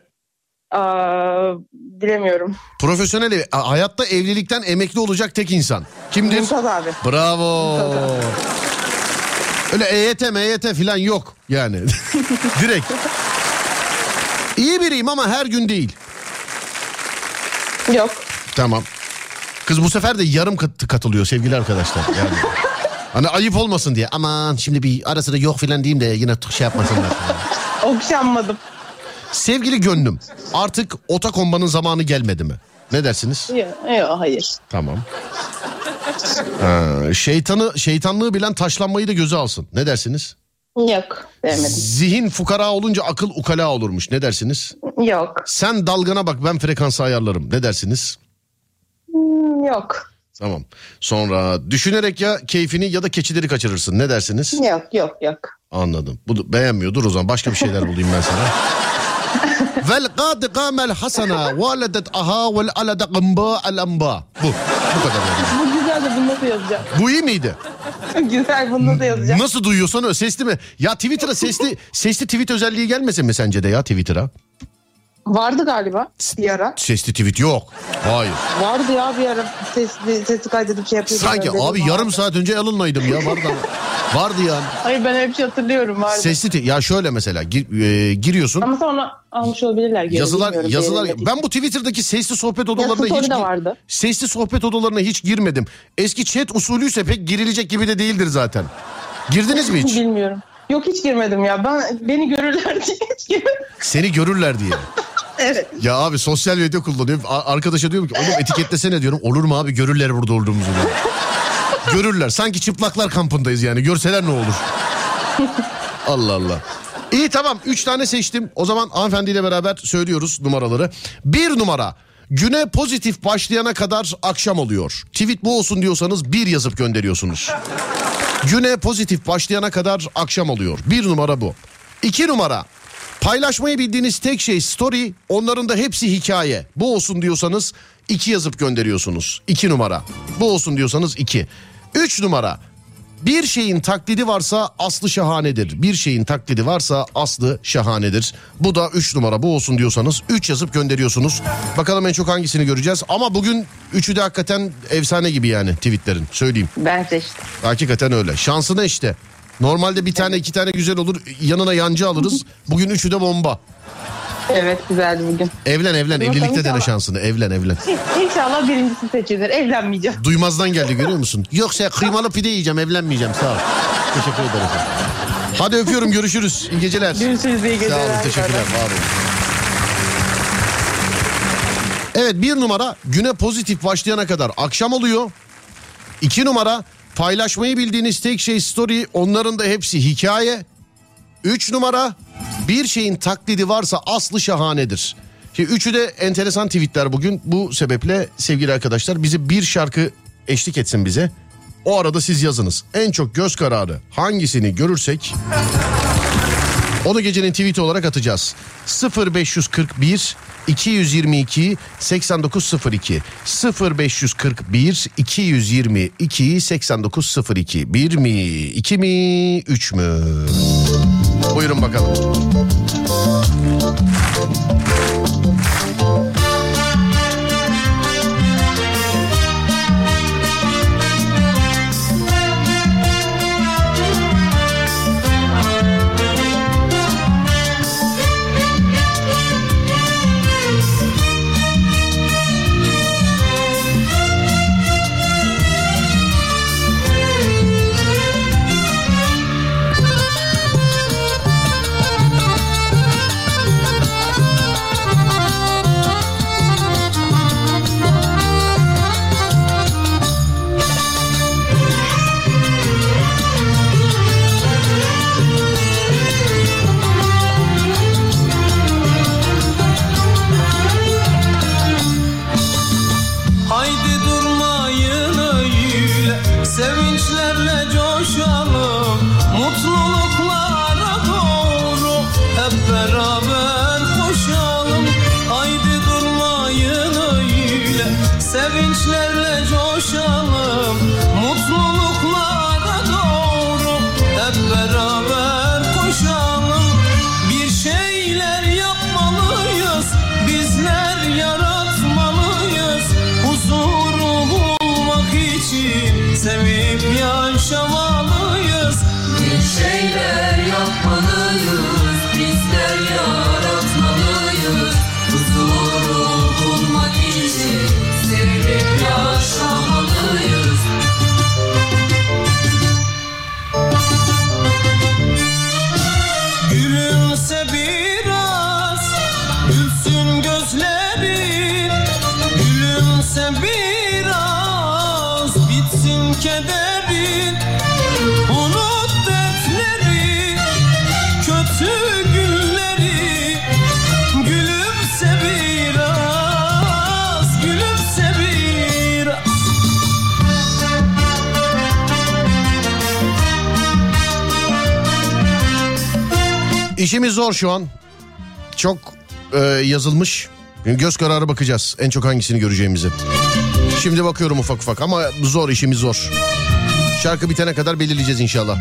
Bilemiyorum. Profesyonel hayatta evlilikten emekli olacak tek insan. Kimdir? Mümtaz abi. Bravo. Mümtaz abi. Öyle EYT falan yok yani. Direkt. İyi biriyim ama her gün değil. Yok. Tamam. Kız bu sefer de yarım katılıyor sevgili arkadaşlar. Yani. Hani ayıp olmasın diye. Aman şimdi bir arasında yok falan diyeyim de yine şey yapmasınlar. Okşanmadım. Sevgili gönlüm, artık ota kombanın zamanı gelmedi mi? Ne dersiniz? Yok hayır. Tamam. Şeytanlığı bilen taşlanmayı da göze alsın. Ne dersiniz? Yok. Demedim. Zihin fukara olunca akıl ukala olurmuş. Ne dersiniz? Yok. Sen dalgana bak, ben frekansı ayarlarım. Ne dersiniz? Yok. Tamam. Sonra düşünerek ya keyfini ya da keçileri kaçırırsın. Ne dersiniz? Yok. Anladım. Bu beğenmiyor. Dur o zaman başka bir şeyler bulayım ben sana. Vel qad qamel hasana valedet aha vel alada qamba al amba. Bu kadar yani. Bu güzel de bunu nasıl yazacağım? Bu iyi miydi? Güzel, bunu nasıl yazacağım? Nasıl duyuyorsan öyle, sesli mi? Ya Twitter'a sesli tweet özelliği gelmesin mi sence de ya Twitter'a? Vardı galiba bir ara. Sesli tweet yok. Hayır. Vardı ya bir ara sesli kaydedip şey yapıyordum. Sanki abi yarım saat önce Alan'laydım ya, vardı yani. Hayır, ben öyle bir şey hatırlıyorum, vardı. Sesli ya şöyle mesela giriyorsun. Ama sonra almış olabilirler. Yazılar. Ben bu Twitter'daki sesli sohbet odalarına sesli sohbet odalarına hiç girmedim. Eski chat usulüyse pek girilecek gibi de değildir zaten. Girdiniz mi hiç? Bilmiyorum. Yok, hiç girmedim ya. Beni görürler diye hiç girmedim. Seni görürler diye. Evet. Ya abi sosyal medya kullanıyorum. Arkadaşa diyorum ki oğlum etiketlesene diyorum. Olur mu abi, görürler burada olduğumuzu diyor. Görürler. Sanki çıplaklar kampındayız yani. Görseler ne olur? Allah Allah. İyi tamam, 3 tane seçtim. O zaman hanımefendiyle beraber söylüyoruz numaraları. 1 numara. Güne pozitif başlayana kadar akşam oluyor. Tweet bu olsun diyorsanız 1 yazıp gönderiyorsunuz. Güne pozitif başlayana kadar akşam oluyor. 1 numara bu. 2 numara. Paylaşmayı bildiğiniz tek şey story, onların da hepsi hikaye. Bu olsun diyorsanız 2 yazıp gönderiyorsunuz. 2 numara. Bu olsun diyorsanız 2. 3 numara. Bir şeyin taklidi varsa aslı şahanedir. Bir şeyin taklidi varsa aslı şahanedir. Bu da 3 numara. Bu olsun diyorsanız 3 yazıp gönderiyorsunuz. Bakalım en çok hangisini göreceğiz. Ama bugün 3'ü de hakikaten efsane gibi yani tweetlerin. Söyleyeyim. Ben seçtim. Hakikaten öyle. Şansına işte. Normalde bir tane 2 tane güzel olur. Yanına yancı alırız. Bugün 3'ü de bomba. Evet, güzeldi bugün. Evlen. Evlilikte dene şansını. Evlen. İnşallah birincisi seçilir. Evlenmeyeceğim. Duymazdan geldi, görüyor musun? Yoksa kıymalı pide yiyeceğim, evlenmeyeceğim. Sağ ol. Teşekkür ederim. Hadi öpüyorum, görüşürüz. İyi geceler. Görüşürüz, iyi geceler. Sağ olun, teşekkürler. Var olun. Evet, 1 numara güne pozitif başlayana kadar akşam oluyor. 2 numara paylaşmayı bildiğiniz tek şey story, onların da hepsi hikaye. 3 numara bir şeyin taklidi varsa aslı şahanedir. Şimdi 3'ü de enteresan tweetler bugün. Bu sebeple sevgili arkadaşlar bize bir şarkı eşlik etsin bize. O arada siz yazınız. En çok göz kararı hangisini görürsek onu gecenin tweeti olarak atacağız. 0541 222 8902 0541 222 8902 1 mi 2 mi 3 mü? Buyurun bakalım. gençlerle coşalım, mutluluklara doğru hep beraber koşalım. Bir şeyler yapmalıyız, bizler yaratmalıyız. Huzuru bulmak için sevip yaşamalıyız. Bir şeyler yapmalıyız, bizler yaratmalıyız. Huzuru bulmak için sevip yaşamalıyız. Gülümse biraz, gülsün gözlerin. Gülümse biraz, bitsin kederin. Unut dertleri, kötü günleri. Gülümse biraz, gülümse biraz. İşimiz zor şu an. Çok yazılmış. Göz kararı bakacağız en çok hangisini göreceğimizi. Şimdi bakıyorum ufak ufak ama zor, işimiz zor. Şarkı bitene kadar belirleyeceğiz inşallah.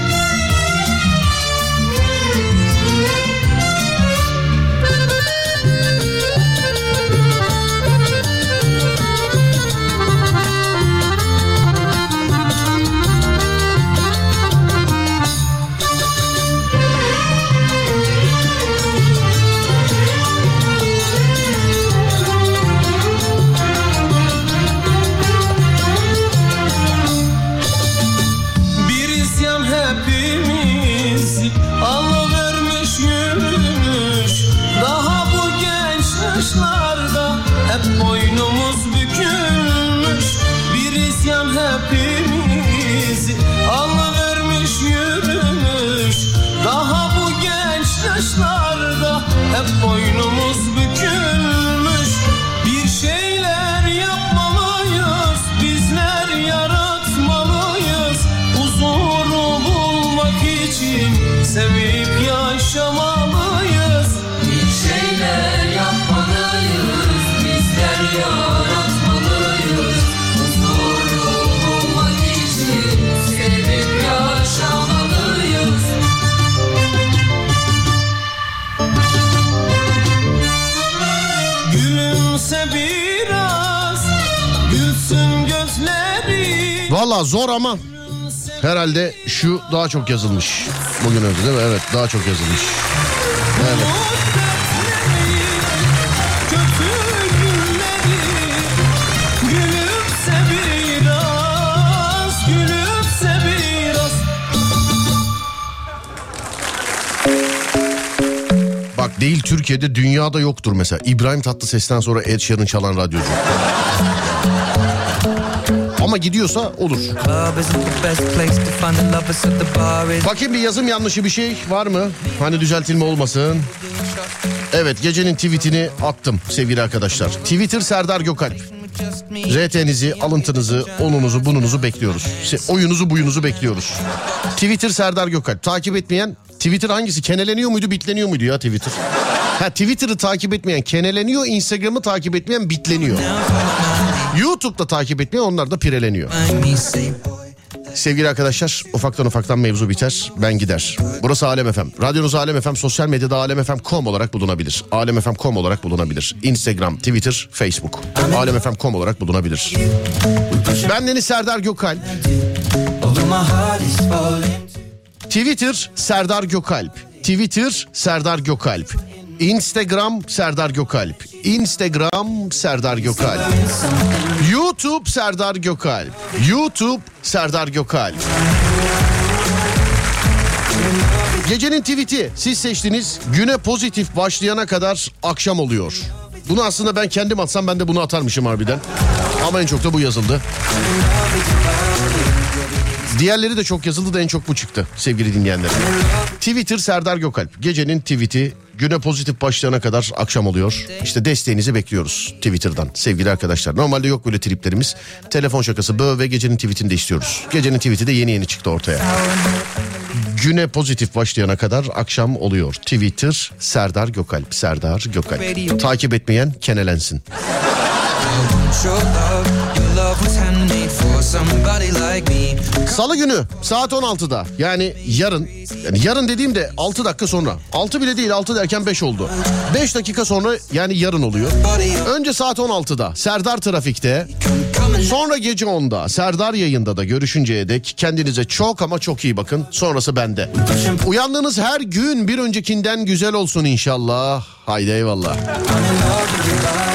Bir isyan hepimiz alıvermiş yürümüş. Daha bu genç yaşlarda hep boynumuz bükülmüş. Bir isyan hepimiz alıvermiş yürümüş. Daha bu genç yaşlarda hep boynumuz bükülmüş. Bir şeyler yapmalıyız, bizler yaratmalıyız. Huzuru bulmak için sevip yaşamalıyız. Bir şeyler yapmalıyız, bizler yaratmalıyız. Huzuru bulmak için sevip yaşamalıyız. Gülümse biraz, gülsün gözleri. Valla zor ama herhalde şu daha çok yazılmış. Bugün öyle değil mi? Evet, daha çok yazılmış. Evet. Kötü günleri. Gülümse biraz, gülümse biraz. Bak değil Türkiye'de, dünyada yoktur mesela. İbrahim Tatlıses'ten sonra Ed Sheeran çalan radyocu. Ama gidiyorsa olur. Bakayım bir yazım yanlışı bir şey var mı? Hani düzeltilme olmasın. Evet, gecenin tweetini attım sevgili arkadaşlar. Twitter Serdar Gökalp. RT'nizi, alıntınızı, onunuzu, bununuzu bekliyoruz. Oyunuzu, buyunuzu bekliyoruz. Twitter Serdar Gökalp. Takip etmeyen, Twitter hangisi? Keneleniyor muydu, bitleniyor muydu ya Twitter? Ha, Twitter'ı takip etmeyen keneleniyor, Instagram'ı takip etmeyen bitleniyor. YouTube'da takip etmeyen onlar da pireleniyor. Sevgili arkadaşlar, ufaktan mevzu biter, ben gider. Burası Alem FM. Radyonuz Alem FM, sosyal medyada alemfm.com olarak bulunabilir. alemfm.com olarak bulunabilir. Instagram, Twitter, Facebook. alemfm.com olarak bulunabilir. Bendeniz Serdar Gökalp. Twitter Serdar Gökalp. Twitter Serdar Gökalp. Instagram Serdar Gökalp. Instagram Serdar Gökalp. YouTube Serdar Gökalp. YouTube Serdar Gökalp. Gecenin tweet'i siz seçtiniz. Güne pozitif başlayana kadar akşam oluyor. Bunu aslında ben kendim atsam ben de bunu atarmışım harbiden. Ama en çok da bu yazıldı. Diğerleri de çok yazıldı da en çok bu çıktı sevgili dinleyenler. Twitter Serdar Gökalp. Gecenin tweet'i güne pozitif başlayana kadar akşam oluyor. İşte desteğinizi bekliyoruz Twitter'dan sevgili arkadaşlar. Normalde yok böyle triplerimiz. Telefon şakası bö ve gecenin tweet'ini de istiyoruz. Gecenin tweet'i de yeni çıktı ortaya. Güne pozitif başlayana kadar akşam oluyor. Twitter Serdar Gökalp. Serdar Gökalp. Takip etmeyen kenelensin. Salı günü saat 16'da yani yarın dediğimde 6 dakika sonra, 6 bile değil, 6 derken 5 oldu. 5 dakika sonra yani yarın oluyor. Önce saat 16'da Serdar Trafik'te, sonra gece 10'da Serdar yayında da görüşünceye dek kendinize çok ama çok iyi bakın. Sonrası bende. Uyandığınız her gün bir öncekinden güzel olsun inşallah. Haydi eyvallah.